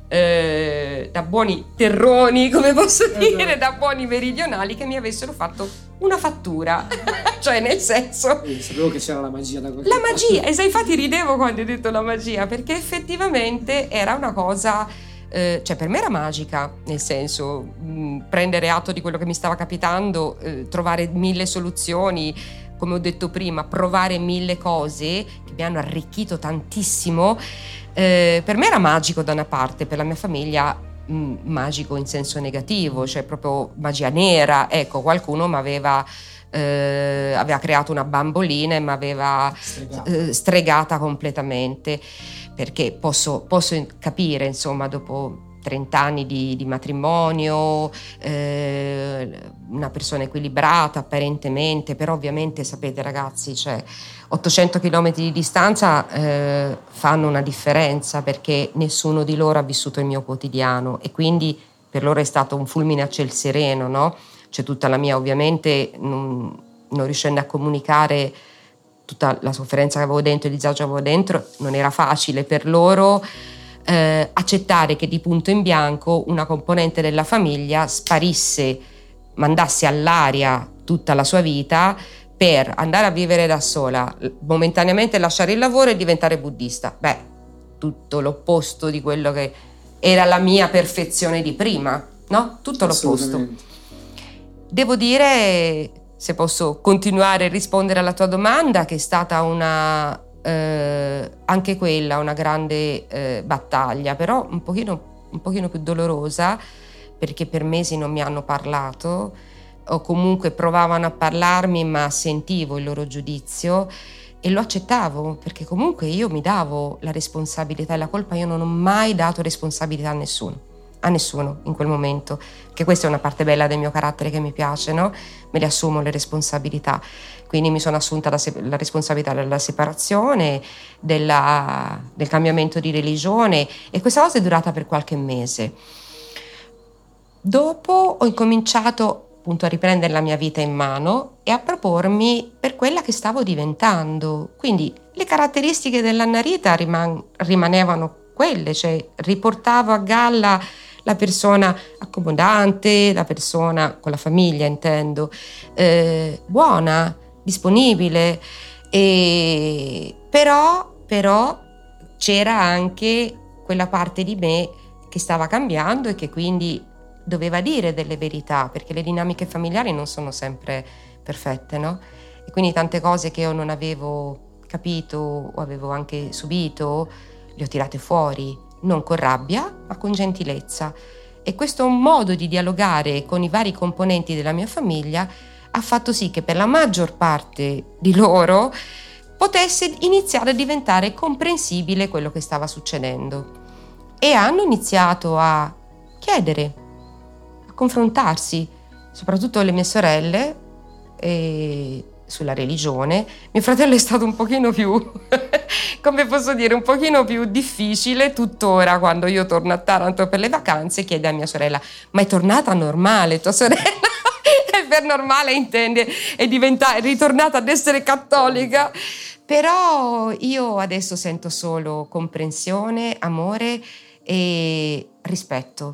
da buoni terroni, come posso dire, da buoni meridionali, che mi avessero fatto una fattura. Cioè, nel senso... Sapevo che c'era la magia da qualche La parte. magia, infatti ridevo quando hai detto la magia, perché effettivamente era una cosa... cioè per me era magica, nel senso prendere atto di quello che mi stava capitando, trovare 1000 soluzioni, come ho detto prima, provare 1000 cose che mi hanno arricchito tantissimo. Per me era magico da una parte, per la mia famiglia magico in senso negativo, cioè proprio magia nera. Ecco, qualcuno mi aveva creato una bambolina e mi aveva stregata completamente, perché posso capire, insomma, dopo 30 anni di matrimonio, una persona equilibrata apparentemente, però ovviamente sapete ragazzi, cioè 800 km di distanza fanno una differenza, perché nessuno di loro ha vissuto il mio quotidiano e quindi per loro è stato un fulmine a ciel sereno, no? C'è tutta la mia, ovviamente non riuscendo a comunicare tutta la sofferenza che avevo dentro, il disagio che avevo dentro, non era facile per loro accettare che di punto in bianco una componente della famiglia sparisse, mandasse all'aria tutta la sua vita per andare a vivere da sola, momentaneamente lasciare il lavoro e diventare buddista. Beh, tutto l'opposto di quello che era la mia perfezione di prima, no? Tutto l'opposto. Devo dire, se posso continuare a rispondere alla tua domanda, che è stata anche quella una grande battaglia, però un pochino un pochino più dolorosa, perché per mesi non mi hanno parlato, o comunque provavano a parlarmi, ma sentivo il loro giudizio e lo accettavo, perché comunque io mi davo la responsabilità e la colpa. Io non ho mai dato responsabilità a nessuno in quel momento, che questa è una parte bella del mio carattere che mi piace, no? Me le assumo le responsabilità. Quindi mi sono assunta la responsabilità della separazione, del cambiamento di religione, e questa cosa è durata per qualche mese. Dopo ho incominciato appunto a riprendere la mia vita in mano e a propormi per quella che stavo diventando. Quindi le caratteristiche dell'Annarita rimanevano quelle, cioè riportavo a galla la persona accomodante, la persona con la famiglia intendo, buona, disponibile, però c'era anche quella parte di me che stava cambiando e che quindi doveva dire delle verità, perché le dinamiche familiari non sono sempre perfette, no? E quindi tante cose che io non avevo capito o avevo anche subito le ho tirate fuori, non con rabbia, ma con gentilezza. E questo modo di dialogare con i vari componenti della mia famiglia ha fatto sì che per la maggior parte di loro potesse iniziare a diventare comprensibile quello che stava succedendo. E hanno iniziato a chiedere, a confrontarsi, soprattutto le mie sorelle, sulla religione. Mio fratello è stato un pochino più, come posso dire, un pochino più difficile. Tuttora, quando io torno a Taranto per le vacanze, chiede a mia sorella: ma è tornata normale tua sorella? E per normale intende è ritornata ad essere cattolica. Però io adesso sento solo comprensione, amore e rispetto,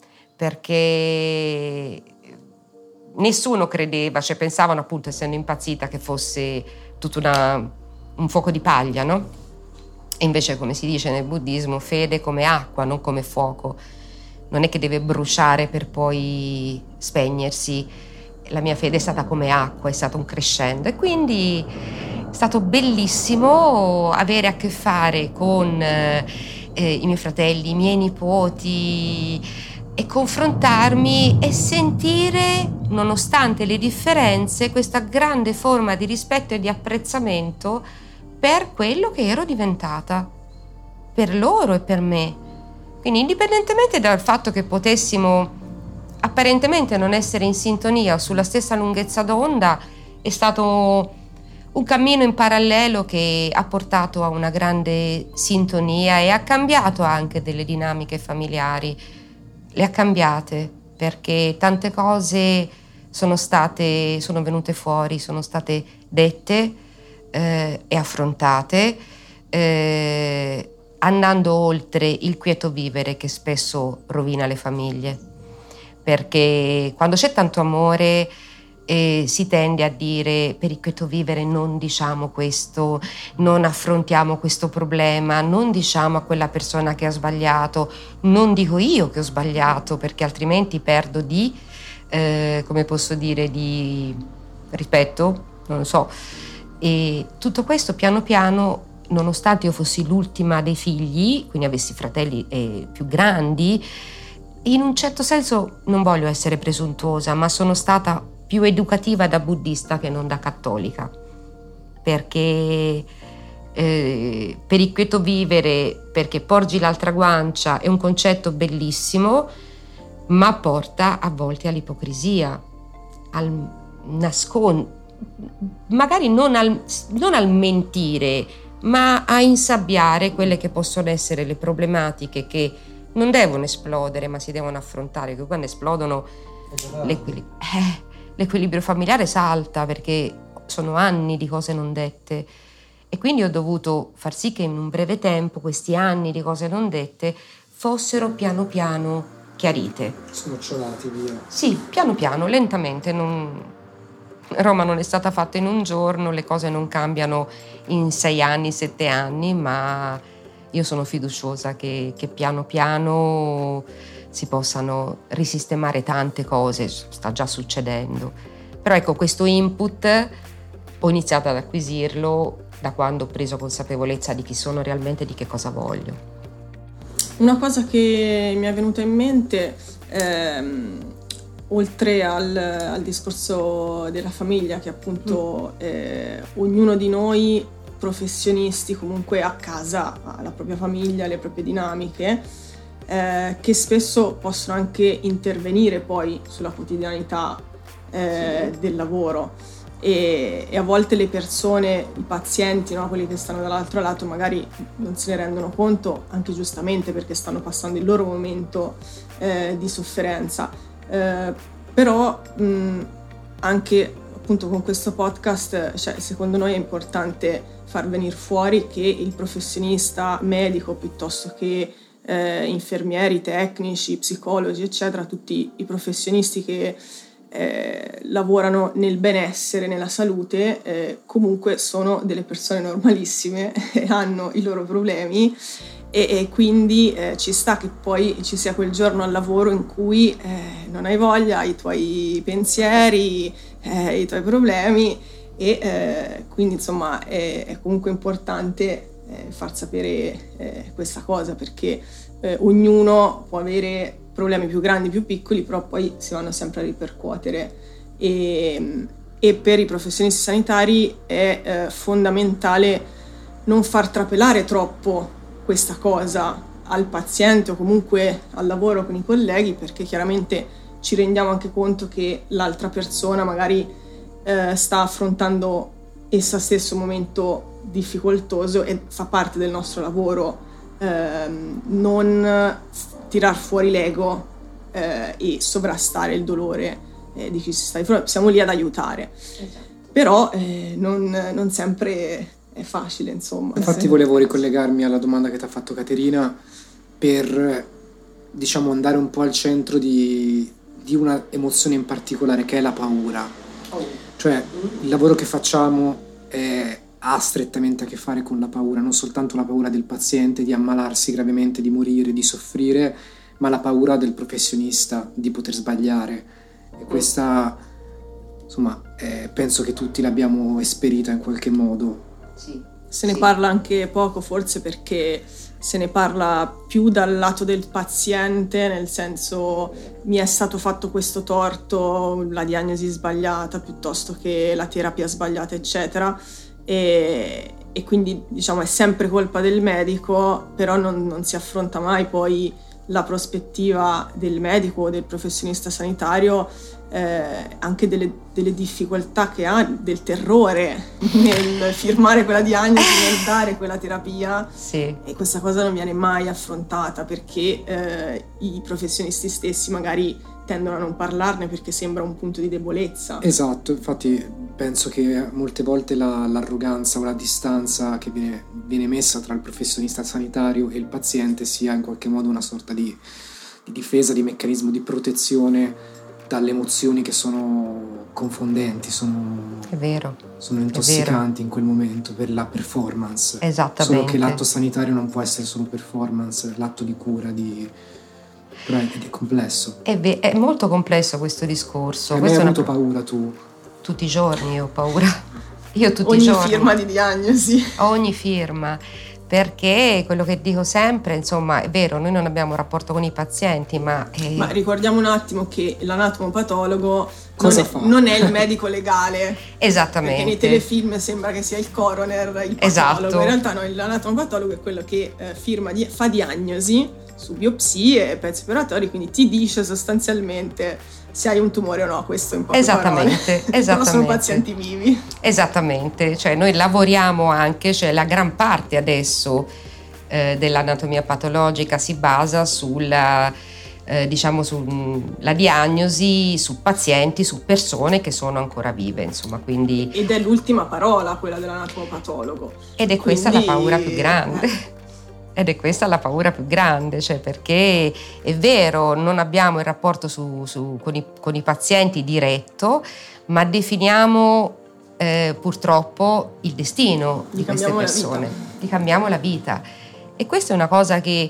perché nessuno credeva, cioè pensavano appunto, essendo impazzita, che fosse tutto un fuoco di paglia, no? E invece, come si dice nel buddismo, fede come acqua, non come fuoco. Non è che deve bruciare per poi spegnersi. La mia fede è stata come acqua, è stato un crescendo, e quindi è stato bellissimo avere a che fare con i miei fratelli, i miei nipoti, e confrontarmi e sentire, nonostante le differenze, questa grande forma di rispetto e di apprezzamento per quello che ero diventata, per loro e per me. Quindi, indipendentemente dal fatto che potessimo apparentemente non essere in sintonia o sulla stessa lunghezza d'onda, è stato un cammino in parallelo che ha portato a una grande sintonia e ha cambiato anche delle dinamiche familiari. Le ha cambiate, perché tante cose sono venute fuori, sono state dette e affrontate, andando oltre il quieto vivere che spesso rovina le famiglie. Perché quando c'è tanto amore si tende a dire: per il quieto vivere non diciamo questo, non affrontiamo questo problema, non diciamo a quella persona che ha sbagliato, non dico io che ho sbagliato, perché altrimenti perdo di rispetto, non lo so. E tutto questo piano piano, nonostante io fossi l'ultima dei figli, quindi avessi fratelli più grandi, in un certo senso non voglio essere presuntuosa, ma sono stata più educativa da buddista che non da cattolica, perché per il quieto vivere, perché porgi l'altra guancia, è un concetto bellissimo, ma porta a volte all'ipocrisia, al magari non al mentire, ma a insabbiare quelle che possono essere le problematiche che non devono esplodere, ma si devono affrontare, che quando esplodono l'equilibrio familiare salta, perché sono anni di cose non dette, e quindi ho dovuto far sì che in un breve tempo questi anni di cose non dette fossero piano piano chiarite. Snocciolati via. Sì, piano piano, lentamente. Roma non è stata fatta in un giorno, le cose non cambiano in 6 anni, 7 anni, ma io sono fiduciosa che piano piano si possano risistemare tante cose, sta già succedendo. Però ecco, questo input ho iniziato ad acquisirlo da quando ho preso consapevolezza di chi sono realmente e di che cosa voglio. Una cosa che mi è venuta in mente, oltre al discorso della famiglia, che appunto ognuno di noi professionisti comunque a casa ha la propria famiglia, le proprie dinamiche, che spesso possono anche intervenire poi sulla quotidianità del lavoro. E a volte le persone, i pazienti, no, quelli che stanno dall'altro lato, magari non se ne rendono conto, anche giustamente perché stanno passando il loro momento di sofferenza. Però anche appunto con questo podcast, cioè, secondo noi è importante far venire fuori che il professionista medico, piuttosto che infermieri, tecnici, psicologi, eccetera, tutti i professionisti che lavorano nel benessere, nella salute, comunque sono delle persone normalissime e hanno i loro problemi e quindi ci sta che poi ci sia quel giorno al lavoro in cui non hai voglia, hai i tuoi pensieri, i tuoi problemi e quindi insomma è comunque importante far sapere questa cosa, perché ognuno può avere problemi più grandi, più piccoli, però poi si vanno sempre a ripercuotere e per i professionisti sanitari è fondamentale non far trapelare troppo questa cosa al paziente o comunque al lavoro con i colleghi, perché chiaramente ci rendiamo anche conto che l'altra persona magari sta affrontando essa stesso un momento difficoltoso e fa parte del nostro lavoro non tirar fuori l'ego e sovrastare il dolore di chi si sta di fronte. Siamo lì ad aiutare, però non sempre è facile, insomma. Infatti volevo ricollegarmi alla domanda che ti ha fatto Caterina per, diciamo, andare un po' al centro di una emozione in particolare, che è la paura. Cioè il lavoro che facciamo ha strettamente a che fare con la paura, non soltanto la paura del paziente di ammalarsi gravemente, di morire, di soffrire, ma la paura del professionista di poter sbagliare. E questa, insomma, penso che tutti l'abbiamo esperita in qualche modo. Sì. Se ne parla anche poco, forse perché se ne parla più dal lato del paziente, nel senso mi è stato fatto questo torto, la diagnosi sbagliata, piuttosto che la terapia sbagliata, eccetera. E quindi diciamo è sempre colpa del medico, però non si affronta mai poi la prospettiva del medico o del professionista sanitario, anche delle difficoltà che ha, del terrore nel firmare quella diagnosi, nel dare quella terapia. Sì. E questa cosa non viene mai affrontata perché i professionisti stessi magari tendono a non parlarne perché sembra un punto di debolezza. Esatto, infatti penso che molte volte l'arroganza o la distanza che viene messa tra il professionista sanitario e il paziente sia in qualche modo una sorta di difesa, di meccanismo di protezione dalle emozioni che sono confondenti, sono intossicanti in quel momento per la performance. Esattamente. Solo che l'atto sanitario non può essere solo performance, l'atto di cura, però è complesso. È molto complesso questo discorso. Hai mai avuto paura tu? Tutti i giorni ho paura. Io tutti i giorni. Ogni firma di diagnosi. Ogni firma. Perché quello che dico sempre, insomma, è vero, noi non abbiamo rapporto con i pazienti, ma ricordiamo un attimo che l'anatomopatologo non è il medico legale. Esattamente. Perché nei telefilm sembra che sia il coroner, il patologo. Esatto. In realtà no, l'anatomopatologo è quello che fa diagnosi su biopsie e pezzi operatori, quindi ti dice sostanzialmente se hai un tumore o no, questo in poche parole. Però sono pazienti vivi. Esattamente, cioè noi lavoriamo anche, cioè la gran parte adesso dell'anatomia patologica si basa sulla diagnosi su pazienti, su persone che sono ancora vive, insomma, quindi. Ed è l'ultima parola quella dell'anatomopatologo. Ed è questa la paura più grande. Ed è questa la paura più grande, cioè perché è vero, non abbiamo il rapporto con i pazienti diretto, ma definiamo purtroppo il destino di queste persone. Gli cambiamo la vita. E questa è una cosa che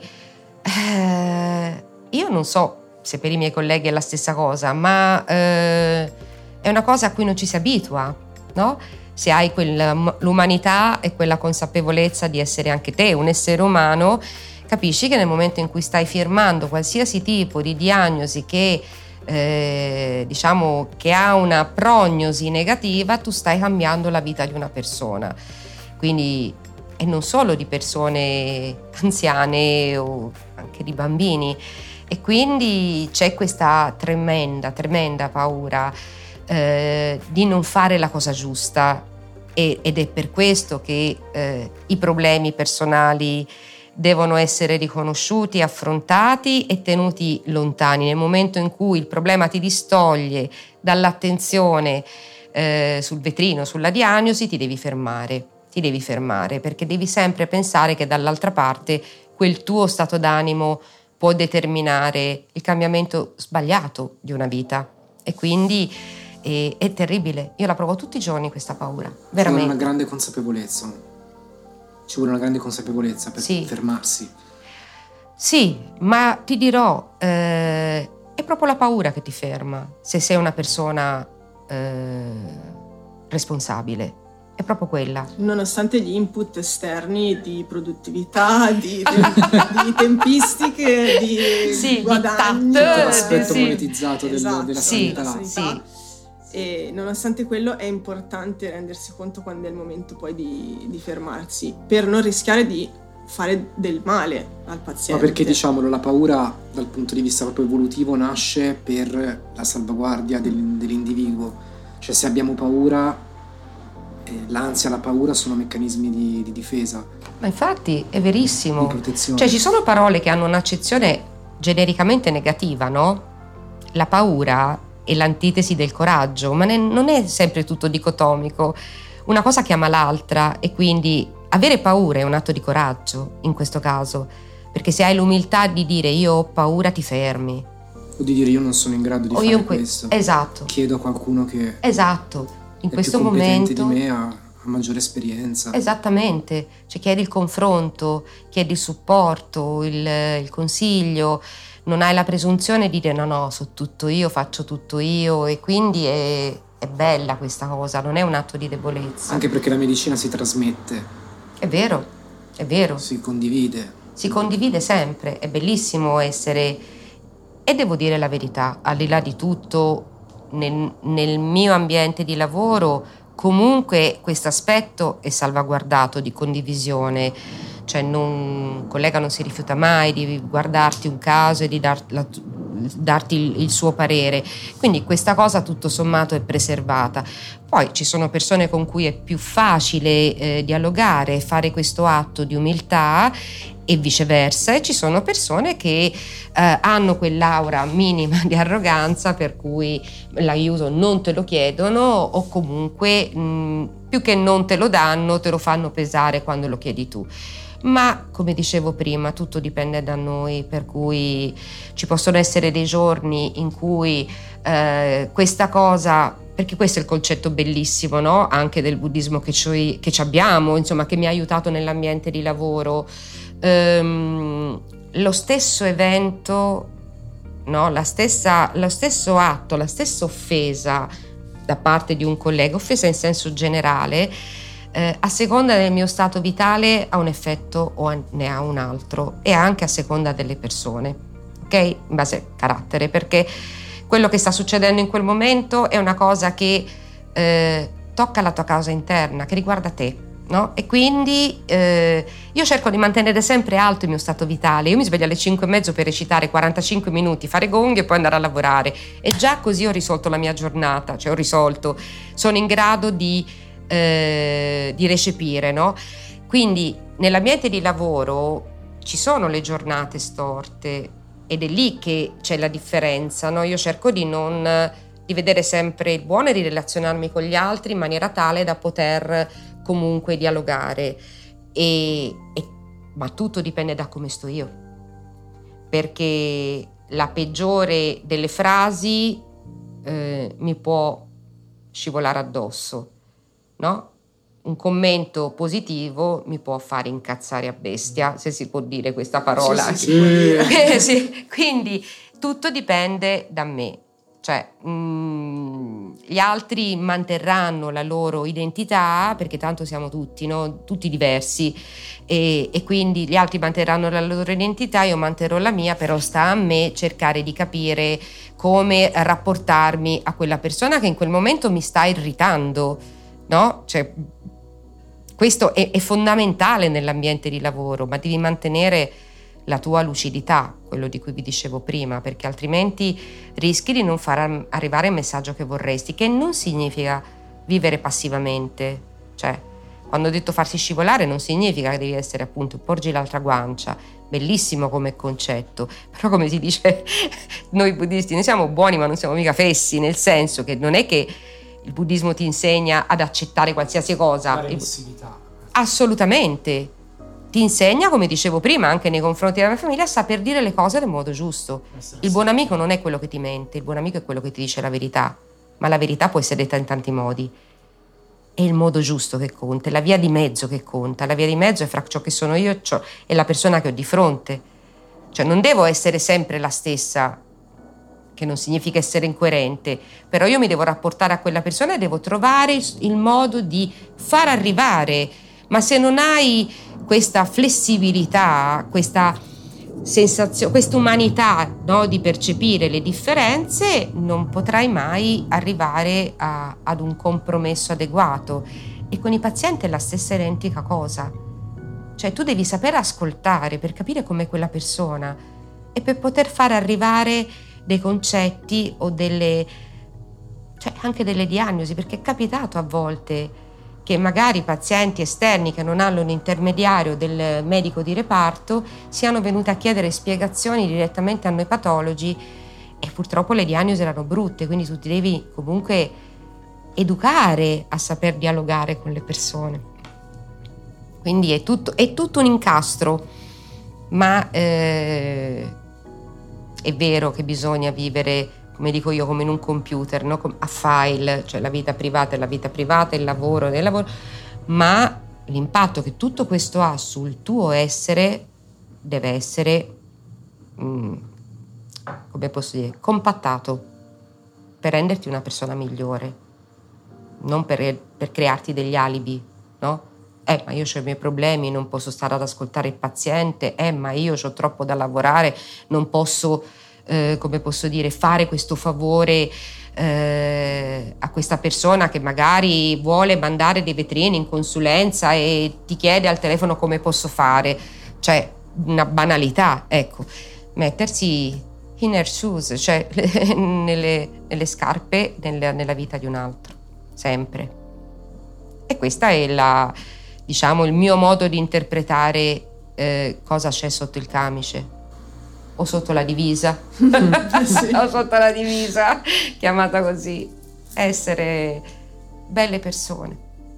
io non so se per i miei colleghi è la stessa cosa, ma è una cosa a cui non ci si abitua, no? Se hai l'umanità e quella consapevolezza di essere anche te un essere umano, capisci che nel momento in cui stai firmando qualsiasi tipo di diagnosi che diciamo che ha una prognosi negativa, tu stai cambiando la vita di una persona, quindi, e non solo di persone anziane o anche di bambini, e quindi c'è questa tremenda paura di non fare la cosa giusta, ed è per questo che i problemi personali devono essere riconosciuti, affrontati e tenuti lontani. Nel momento in cui il problema ti distoglie dall'attenzione sul vetrino, sulla diagnosi, ti devi fermare, perché devi sempre pensare che dall'altra parte quel tuo stato d'animo può determinare il cambiamento sbagliato di una vita, e quindi è terribile. Io la provo tutti i giorni questa paura, veramente. Ci vuole una grande consapevolezza. Ci vuole una grande consapevolezza per fermarsi. Sì, ma ti dirò, è proprio la paura che ti ferma se sei una persona responsabile. È proprio quella. Nonostante gli input esterni di produttività, di tempistiche, di guadagni, l'aspetto monetizzato della sanità. Sì. E nonostante quello è importante rendersi conto quando è il momento poi di fermarsi, per non rischiare di fare del male al paziente. Ma perché, diciamolo, la paura dal punto di vista proprio evolutivo nasce per la salvaguardia dell'individuo. Cioè, se abbiamo paura, l'ansia e la paura sono meccanismi di difesa. Ma infatti è verissimo. Di protezione. Cioè, ci sono parole che hanno un'accezione genericamente negativa, no? La paura è l'antitesi del coraggio, ma non è sempre tutto dicotomico. Una cosa chiama l'altra, e quindi avere paura è un atto di coraggio in questo caso, perché se hai l'umiltà di dire io ho paura, ti fermi. O di dire io non sono in grado di fare questo. Esatto. Chiedo a qualcuno che in è questo più competente momento di me, ha maggiore esperienza. Esattamente, cioè chiedi il confronto, chiedi il supporto, il consiglio. Non hai la presunzione di dire no, so tutto io, faccio tutto io, e quindi è bella questa cosa, non è un atto di debolezza. Anche perché la medicina si trasmette. È vero. Si condivide. Si condivide sempre, è bellissimo essere, e devo dire la verità, al di là di tutto, nel mio ambiente di lavoro comunque questo aspetto è salvaguardato di condivisione. Cioè un collega non si rifiuta mai di guardarti un caso e di darti il suo parere, quindi questa cosa tutto sommato è preservata. Poi ci sono persone con cui è più facile dialogare e fare questo atto di umiltà, e viceversa, e ci sono persone che hanno quell'aura minima di arroganza per cui l'aiuto non te lo chiedono, o comunque più che non te lo danno, te lo fanno pesare quando lo chiedi tu. Ma come dicevo prima, tutto dipende da noi, per cui ci possono essere dei giorni in cui questa cosa, perché questo è il concetto bellissimo, no? Anche del buddismo che ci abbiamo, insomma, che mi ha aiutato nell'ambiente di lavoro. Lo stesso evento, no? Lo stesso atto, la stessa offesa da parte di un collega, offesa in senso generale, a seconda del mio stato vitale ha un effetto o ne ha un altro, e anche a seconda delle persone, ok? In base al carattere, perché quello che sta succedendo in quel momento è una cosa che tocca la tua causa interna, che riguarda te, no? E quindi io cerco di mantenere sempre alto il mio stato vitale. Io mi sveglio alle 5:30 per recitare 45 minuti, fare gong e poi andare a lavorare, e già così ho risolto la mia giornata, cioè sono in grado di recepire, no? Quindi nell'ambiente di lavoro ci sono le giornate storte, ed è lì che c'è la differenza, no? Io cerco di vedere sempre il buono e di relazionarmi con gli altri in maniera tale da poter comunque dialogare, ma tutto dipende da come sto io, perché la peggiore delle frasi mi può scivolare addosso, no? Un commento positivo mi può fare incazzare a bestia, se si può dire questa parola. Sì. Sì. Quindi tutto dipende da me, Cioè, gli altri manterranno la loro identità, perché tanto siamo tutti, no? Tutti diversi, e quindi gli altri manterranno la loro identità, io manterrò la mia, però sta a me cercare di capire come rapportarmi a quella persona che in quel momento mi sta irritando, no? Cioè, questo è fondamentale nell'ambiente di lavoro, ma devi mantenere la tua lucidità, quello di cui vi dicevo prima, perché altrimenti rischi di non far arrivare il messaggio che vorresti, che non significa vivere passivamente. Cioè, quando ho detto farsi scivolare non significa che devi essere appunto porgi l'altra guancia, bellissimo come concetto, però come si dice noi buddisti, noi siamo buoni ma non siamo mica fessi, nel senso che non è che il buddismo ti insegna ad accettare qualsiasi cosa. La remissività. Assolutamente. Ti insegna, come dicevo prima, anche nei confronti della mia famiglia, a saper dire le cose nel modo giusto. Il buon amico non è quello che ti mente, il buon amico è quello che ti dice la verità, ma la verità può essere detta in tanti modi. È il modo giusto che conta, è la via di mezzo che conta. La via di mezzo è fra ciò che sono io e la persona che ho di fronte. Cioè non devo essere sempre la stessa, che non significa essere incoerente, però io mi devo rapportare a quella persona e devo trovare il modo di far arrivare. Ma se non hai questa flessibilità, questa sensazione, questa umanità, no, di percepire le differenze, non potrai mai arrivare ad un compromesso adeguato. E con i pazienti è la stessa identica cosa. Cioè tu devi saper ascoltare per capire com'è quella persona e per poter far arrivare dei concetti o cioè anche delle diagnosi, perché è capitato a volte che magari pazienti esterni che non hanno l'intermediario del medico di reparto siano venuti a chiedere spiegazioni direttamente a noi patologi e purtroppo le diagnosi erano brutte, quindi tu ti devi comunque educare a saper dialogare con le persone. Quindi è tutto un incastro, ma è vero che bisogna vivere, come dico io, come in un computer, no? A file, cioè la vita privata è la vita privata, il lavoro è il lavoro, ma l'impatto che tutto questo ha sul tuo essere deve essere, come posso dire, compattato per renderti una persona migliore, non per crearti degli alibi, no? Ma io ho i miei problemi, non posso stare ad ascoltare il paziente, ma io ho troppo da lavorare, non posso, come posso dire, fare questo favore a questa persona che magari vuole mandare dei vetrini in consulenza e ti chiede al telefono come posso fare. Cioè, una banalità, ecco. Mettersi in her shoes, cioè nelle scarpe nella vita di un altro, sempre. E questa è diciamo, il mio modo di interpretare cosa c'è sotto il camice o sotto la divisa. Sì. O sotto la divisa, chiamata così. Essere belle persone.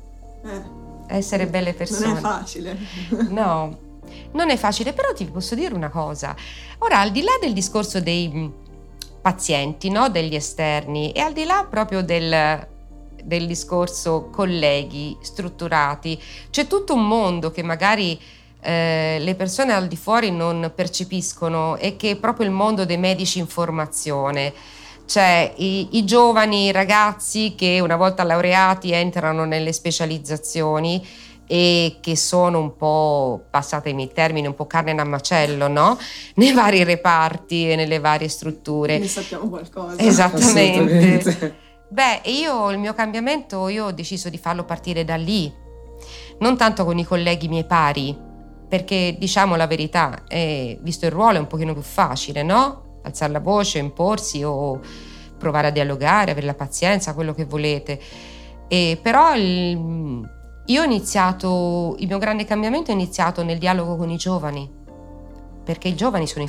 Essere belle persone. Non è facile. No, non è facile, però ti posso dire una cosa. Ora, al di là del discorso dei pazienti, no? Degli esterni, e al di là proprio del discorso colleghi strutturati, c'è tutto un mondo che magari le persone al di fuori non percepiscono, e che è proprio il mondo dei medici in formazione. Cioè i giovani ragazzi che una volta laureati entrano nelle specializzazioni e che sono un po', passatemi i termini, un po' carne in macello, no? Nei vari reparti e nelle varie strutture. Ne sappiamo qualcosa. Esattamente. Beh, il mio cambiamento, io ho deciso di farlo partire da lì, non tanto con i colleghi miei pari, perché diciamo la verità, visto il ruolo è un pochino più facile, no? Alzare la voce, imporsi o provare a dialogare, avere la pazienza, quello che volete. Però io ho iniziato, il mio grande cambiamento è iniziato nel dialogo con i giovani, perché i giovani sono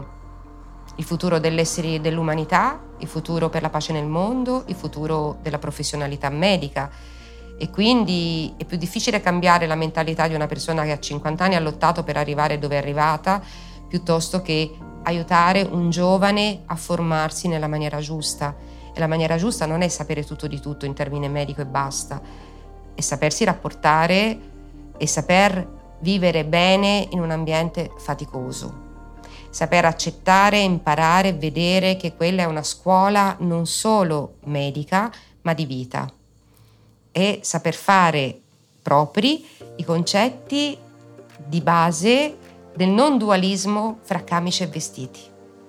il futuro dell'essere, dell'umanità, il futuro per la pace nel mondo, il futuro della professionalità medica. E quindi è più difficile cambiare la mentalità di una persona che a 50 anni ha lottato per arrivare dove è arrivata, piuttosto che aiutare un giovane a formarsi nella maniera giusta. E la maniera giusta non è sapere tutto di tutto in termine medico e basta, è sapersi rapportare e saper vivere bene in un ambiente faticoso. saper accettare, imparare, vedere che quella è una scuola non solo medica, ma di vita, e saper fare propri i concetti di base del non dualismo fra camice e vestiti.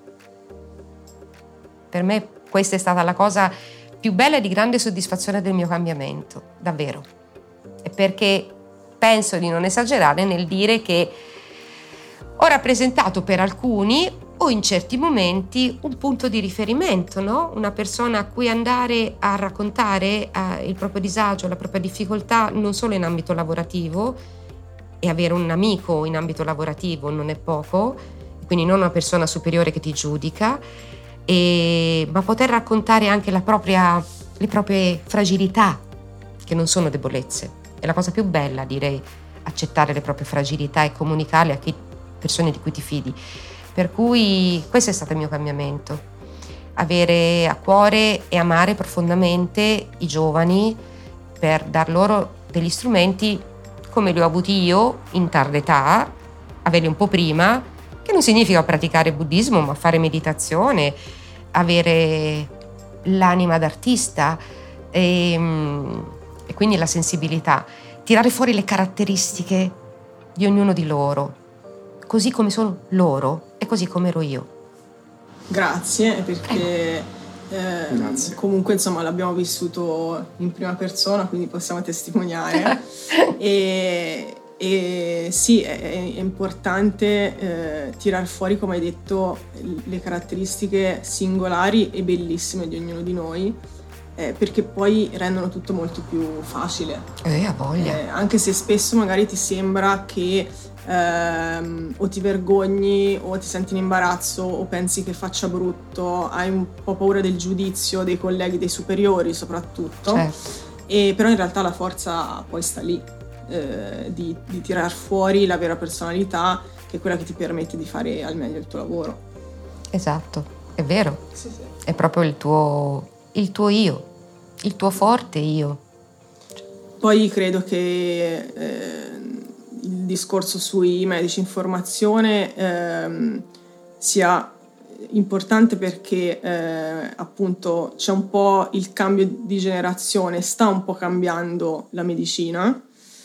Per me questa è stata la cosa più bella e di grande soddisfazione del mio cambiamento, davvero. E perché penso di non esagerare nel dire che ho rappresentato per alcuni, o in certi momenti, un punto di riferimento, no? Una persona a cui andare a raccontare il proprio disagio, la propria difficoltà, non solo in ambito lavorativo, e avere un amico in ambito lavorativo non è poco, quindi non una persona superiore che ti giudica, ma poter raccontare anche le proprie fragilità, che non sono debolezze. È la cosa più bella, direi, accettare le proprie fragilità e comunicarle a persone di cui ti fidi. Per cui questo è stato il mio cambiamento, avere a cuore e amare profondamente i giovani per dar loro degli strumenti come li ho avuti io in tarda età, averli un po' prima, che non significa praticare buddismo, ma fare meditazione, avere l'anima d'artista e quindi la sensibilità, tirare fuori le caratteristiche di ognuno di loro, così come sono loro e così come ero io. Grazie, perché comunque insomma l'abbiamo vissuto in prima persona, quindi possiamo testimoniare. e sì, è importante tirar fuori, come hai detto, le caratteristiche singolari e bellissime di ognuno di noi, perché poi rendono tutto molto più facile. A voglia. Anche se spesso magari ti sembra che o ti vergogni o ti senti in imbarazzo o pensi che faccia brutto, hai un po' paura del giudizio dei colleghi, dei superiori soprattutto, certo. Però in realtà la forza poi sta lì, di tirar fuori la vera personalità, che è quella che ti permette di fare al meglio il tuo lavoro. Esatto, è vero. Sì. È proprio il tuo io, il tuo forte io. Poi credo che il discorso sui medici in formazione sia importante perché appunto c'è un po' il cambio di generazione, sta un po' cambiando la medicina.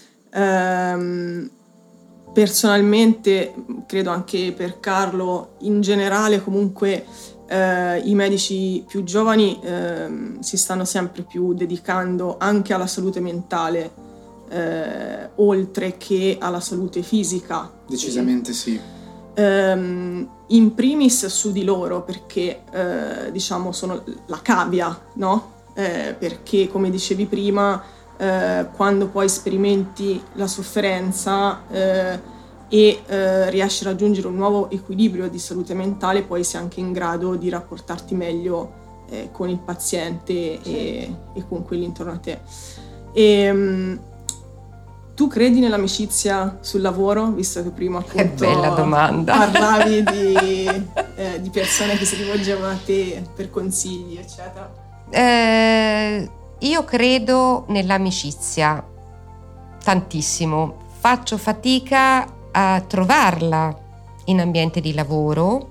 Personalmente, credo anche per Carlo, in generale comunque i medici più giovani si stanno sempre più dedicando anche alla salute mentale, oltre che alla salute fisica. Decisamente sì. In primis su di loro, perché diciamo sono la cavia, no? Perché come dicevi prima, quando poi sperimenti la sofferenza e riesci a raggiungere un nuovo equilibrio di salute mentale, poi sei anche in grado di rapportarti meglio con il paziente e con quelli intorno a te. Tu credi nell'amicizia sul lavoro, visto che prima appunto che bella domanda. Parlavi di persone che si rivolgevano a te per consigli, eccetera? Io credo nell'amicizia tantissimo, faccio fatica a trovarla in ambiente di lavoro,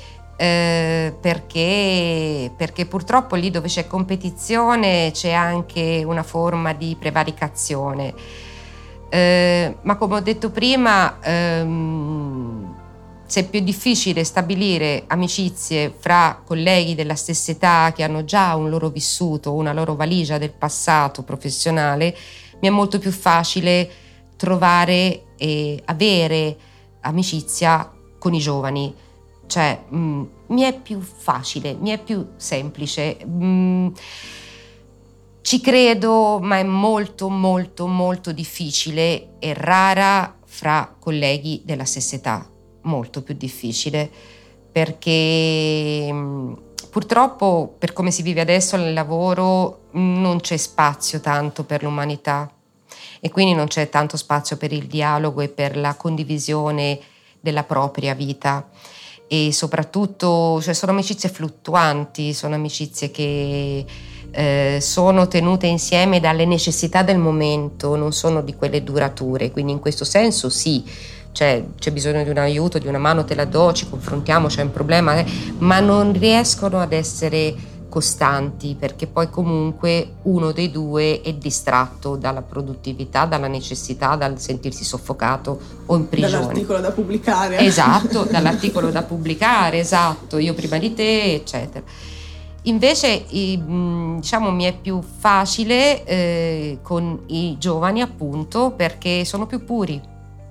perché purtroppo lì dove c'è competizione c'è anche una forma di prevaricazione, ma come ho detto prima, se è più difficile stabilire amicizie fra colleghi della stessa età che hanno già un loro vissuto, una loro valigia del passato professionale, mi è molto più facile trovare e avere amicizia con i giovani. Cioè, mi è più facile, mi è più semplice. Ci credo, ma è molto, molto, molto difficile e rara fra colleghi della stessa età. Molto più difficile, perché purtroppo, per come si vive adesso nel lavoro, non c'è spazio tanto per l'umanità e quindi non c'è tanto spazio per il dialogo e per la condivisione della propria vita. E soprattutto, cioè, sono amicizie fluttuanti, sono amicizie che sono tenute insieme dalle necessità del momento, non sono di quelle durature, quindi in questo senso sì, c'è bisogno di un aiuto, di una mano, te la do, ci confrontiamo, c'è un problema, ma non riescono ad essere costanti, perché poi comunque uno dei due è distratto dalla produttività, dalla necessità, dal sentirsi soffocato o in prigione. Dall'articolo da pubblicare. Esatto, dall'articolo da pubblicare, esatto, io prima di te, eccetera. Invece diciamo mi è più facile con i giovani, appunto, perché sono più puri.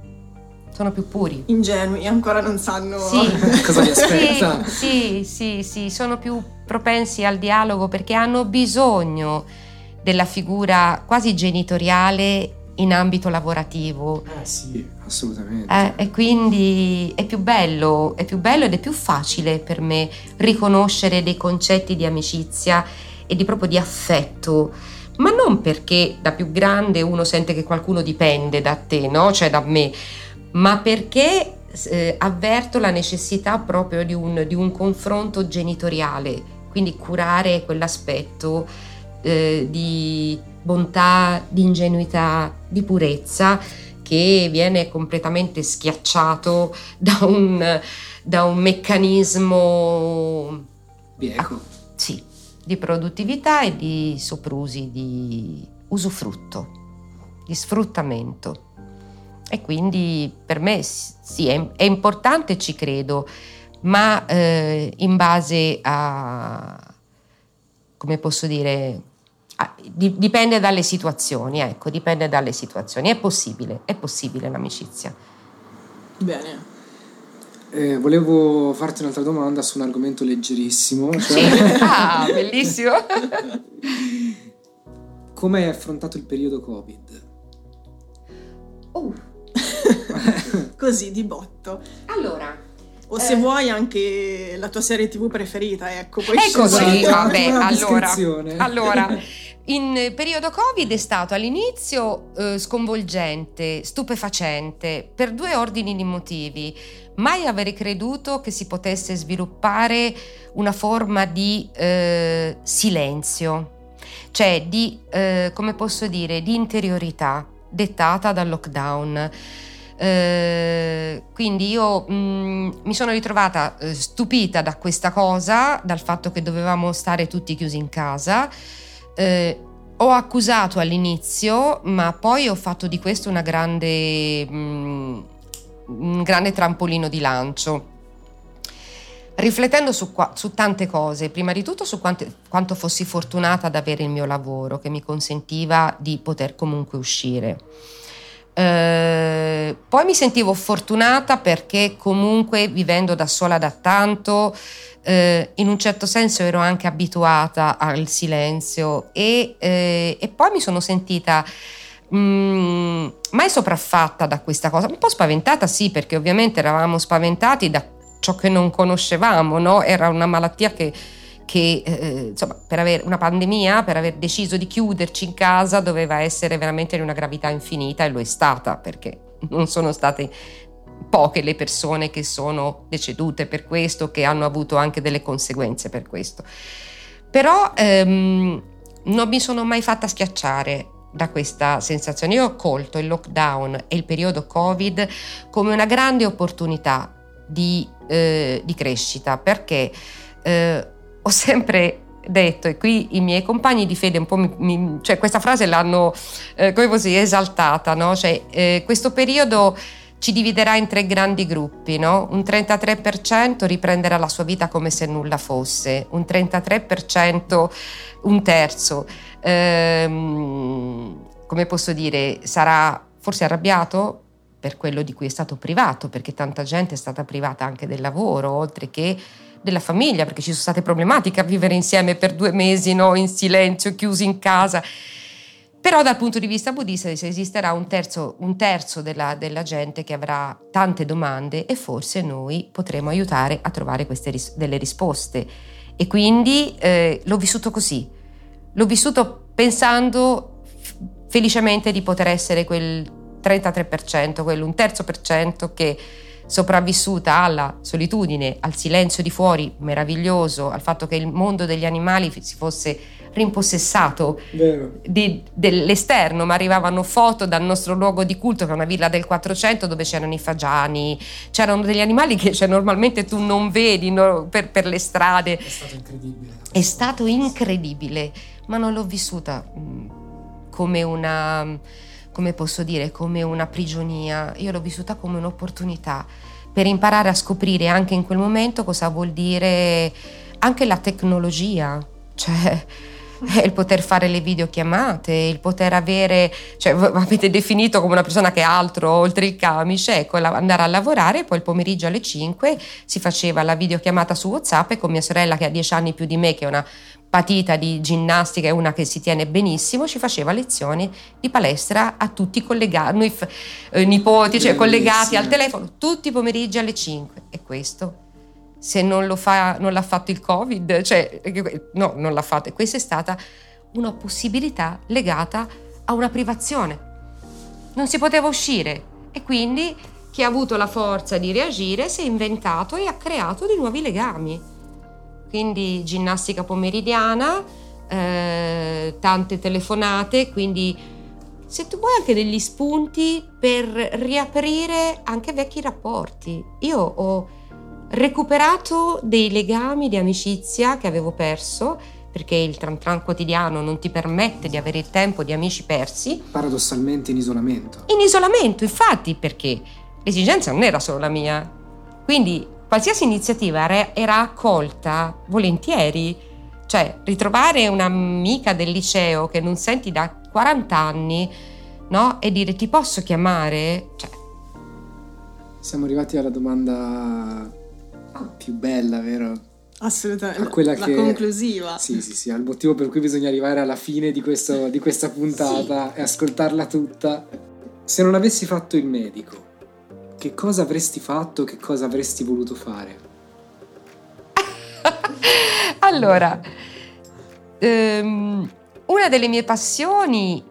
Ingenui, ancora non sanno cosa li aspetta. Sì, sono più propensi al dialogo perché hanno bisogno della figura quasi genitoriale in ambito lavorativo. Sì, assolutamente. E quindi è più bello ed è più facile per me riconoscere dei concetti di amicizia e proprio di affetto. Ma non perché da più grande uno sente che qualcuno dipende da te, no? Cioè da me, ma perché avverto la necessità proprio di un confronto genitoriale, quindi curare quell'aspetto di bontà, di ingenuità, di purezza che viene completamente schiacciato da un meccanismo bieco. Sì, di produttività e di soprusi, di usufrutto, di sfruttamento. E quindi per me sì, è importante, ci credo, ma in base a, come posso dire, dipende dalle situazioni, ecco, dipende dalle situazioni. È possibile l'amicizia. Bene. Volevo farti un'altra domanda su un argomento leggerissimo. Sì. Bellissimo. Come hai affrontato il periodo Covid? Così di botto. Allora, o se vuoi anche la tua serie TV preferita, ecco, poi è così, vabbè, allora in periodo Covid è stato all'inizio sconvolgente, stupefacente, per due ordini di motivi. Mai avrei creduto che si potesse sviluppare una forma di silenzio, cioè di, come posso dire, di interiorità dettata dal lockdown. Quindi io mi sono ritrovata stupita da questa cosa, dal fatto che dovevamo stare tutti chiusi in casa. Ho accusato all'inizio, ma poi ho fatto di questo un grande trampolino di lancio, riflettendo su tante cose. Prima di tutto su quanto fossi fortunata ad avere il mio lavoro, che mi consentiva di poter comunque uscire. Poi mi sentivo fortunata perché comunque, vivendo da sola da tanto, in un certo senso ero anche abituata al silenzio e poi mi sono sentita mai sopraffatta da questa cosa, un po' spaventata, sì, perché ovviamente eravamo spaventati da ciò che non conoscevamo, no? Era una malattia che insomma, per avere una pandemia, per aver deciso di chiuderci in casa, doveva essere veramente di una gravità infinita, e lo è stata, perché non sono state poche le persone che sono decedute per questo, che hanno avuto anche delle conseguenze per questo. Però non mi sono mai fatta schiacciare da questa sensazione. Io ho colto il lockdown e il periodo Covid come una grande opportunità di crescita, perché ho sempre detto, e qui i miei compagni di fede un po' cioè questa frase l'hanno come così esaltata, no? Cioè questo periodo ci dividerà in 3 grandi gruppi, no? Un 33% riprenderà la sua vita come se nulla fosse, un 33%, un terzo, come posso dire, sarà forse arrabbiato per quello di cui è stato privato, perché tanta gente è stata privata anche del lavoro, oltre che della famiglia, perché ci sono state problematiche a vivere insieme per 2 mesi, no? In silenzio, chiusi in casa. Però dal punto di vista buddista esisterà un terzo della gente che avrà tante domande, e forse noi potremo aiutare a trovare delle risposte. E quindi l'ho vissuto così, l'ho vissuto pensando felicemente di poter essere quel 33%, un terzo per cento che, sopravvissuta alla solitudine, al silenzio di fuori meraviglioso, al fatto che il mondo degli animali si fosse rimpossessato dell'esterno, ma arrivavano foto dal nostro luogo di culto, che è una villa del 400 dove c'erano i fagiani, c'erano degli animali che normalmente tu non vedi, no, per le strade. È stato incredibile. È stato incredibile, ma non l'ho vissuta come una, come posso dire, come una prigionia. Io l'ho vissuta come un'opportunità per imparare a scoprire anche in quel momento cosa vuol dire anche la tecnologia, cioè il poter fare le videochiamate, il poter avere, cioè avete definito come una persona che ha altro oltre il camice, ecco, andare a lavorare, poi il pomeriggio alle 5 si faceva la videochiamata su WhatsApp, e con mia sorella che ha 10 anni più di me, che è una patita di ginnastica e una che si tiene benissimo, ci faceva lezioni di palestra a tutti collegati, noi nipoti, cioè collegati al telefono, tutti i pomeriggi alle 5. E questo, se non l'ha fatto il Covid, cioè no, non l'ha fatto. E questa è stata una possibilità legata a una privazione. Non si poteva uscire, e quindi chi ha avuto la forza di reagire si è inventato e ha creato dei nuovi legami. Quindi ginnastica pomeridiana, tante telefonate, quindi se tu vuoi anche degli spunti per riaprire anche vecchi rapporti. Io ho recuperato dei legami di amicizia che avevo perso, perché il tran tran quotidiano non ti permette di avere il tempo di amici persi. Paradossalmente in isolamento. In isolamento, infatti, perché l'esigenza non era solo la mia. Quindi qualsiasi iniziativa era accolta volentieri. Cioè, ritrovare un'amica del liceo che non senti da 40 anni, no? E dire: ti posso chiamare? Cioè. Siamo arrivati alla domanda più bella, vero? Assolutamente, a quella la che, conclusiva. Sì, al motivo per cui bisogna arrivare alla fine di questa puntata, sì, e ascoltarla tutta. Se non avessi fatto il medico, che cosa avresti fatto, che cosa avresti voluto fare? Allora, una delle mie passioni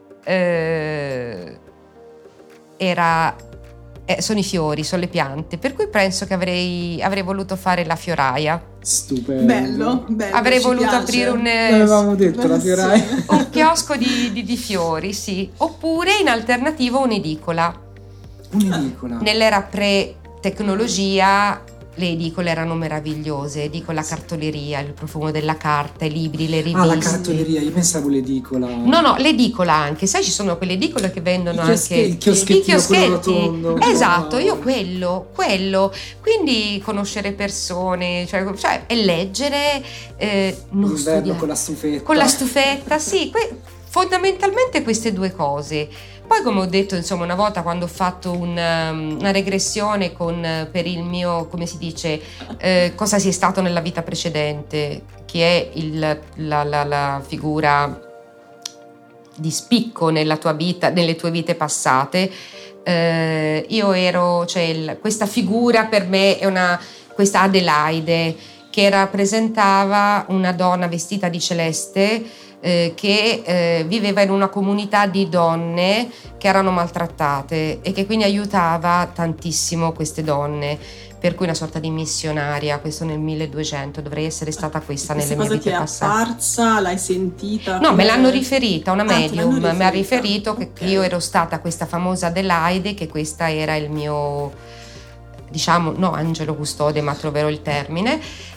sono i fiori, sono le piante, per cui penso che avrei voluto fare la fioraia. Stupendo. Bello. Avrei voluto aprire avevamo detto la fioraia. Un chiosco di fiori, sì. Oppure in alternativa un'edicola. Un'edicola. Nell'era pre-tecnologia le edicole erano meravigliose, edicola, cartoleria, il profumo della carta, i libri, le riviste. La cartoleria, io pensavo l'edicola. No, l'edicola anche, sai, ci sono quelle edicole che vendono anche i chioschetti. Esatto, no. Io quello. Quindi conoscere persone, cioè e leggere, non studiare. Con la stufetta. Con la stufetta, sì, fondamentalmente queste due cose. Poi, come ho detto, insomma, una volta quando ho fatto una regressione per il mio, come si dice, cosa sia stato nella vita precedente, che è la figura di spicco nella tua vita, nelle tue vite passate, io ero, cioè questa figura per me è questa Adelaide che rappresentava una donna vestita di celeste, che viveva in una comunità di donne che erano maltrattate e che quindi aiutava tantissimo queste donne, per cui una sorta di missionaria. Questo nel 1200, dovrei essere stata questa nelle mie vite passate. Questa cosa ti è apparsa? L'hai sentita? No, me l'hanno riferita, una medium mi ha riferito che io ero stata questa famosa Adelaide, che questa era il mio, diciamo, no, angelo custode, ma troverò il termine.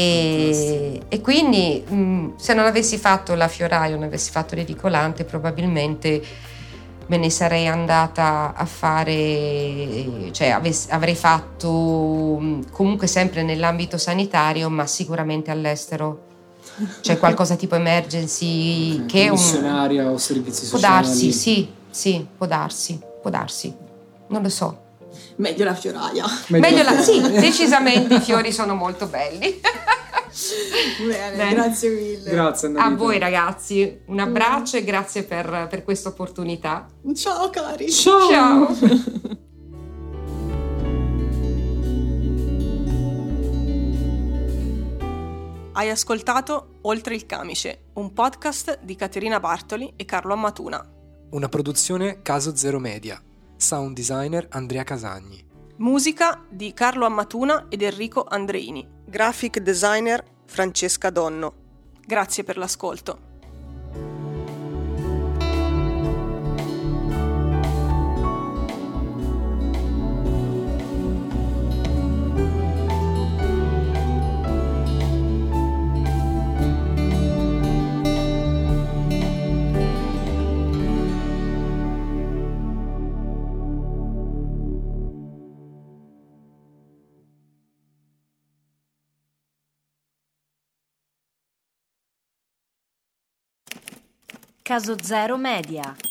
E quindi se non avessi fatto la fioraia, non avessi fatto l'edicolante, probabilmente me ne sarei andata a fare, cioè avrei fatto comunque sempre nell'ambito sanitario, ma sicuramente all'estero, cioè qualcosa tipo emergency, che missionaria o servizi sociali. Può darsi, sì, può darsi, non lo so. Meglio la fioraia. Sì, decisamente i fiori sono molto belli. Bene, grazie mille. Grazie Annalisa. A voi ragazzi, un abbraccio e grazie per questa opportunità. Ciao cari. Ciao. Hai ascoltato Oltre il camice, un podcast di Caterina Bartoli e Carlo Ammatuna. Una produzione Caso Zero Media. Sound designer Andrea Casagni. Musica di Carlo Ammatuna ed Enrico Andreini. Graphic designer Francesca Donno. Grazie per l'ascolto. Caso Zero Media.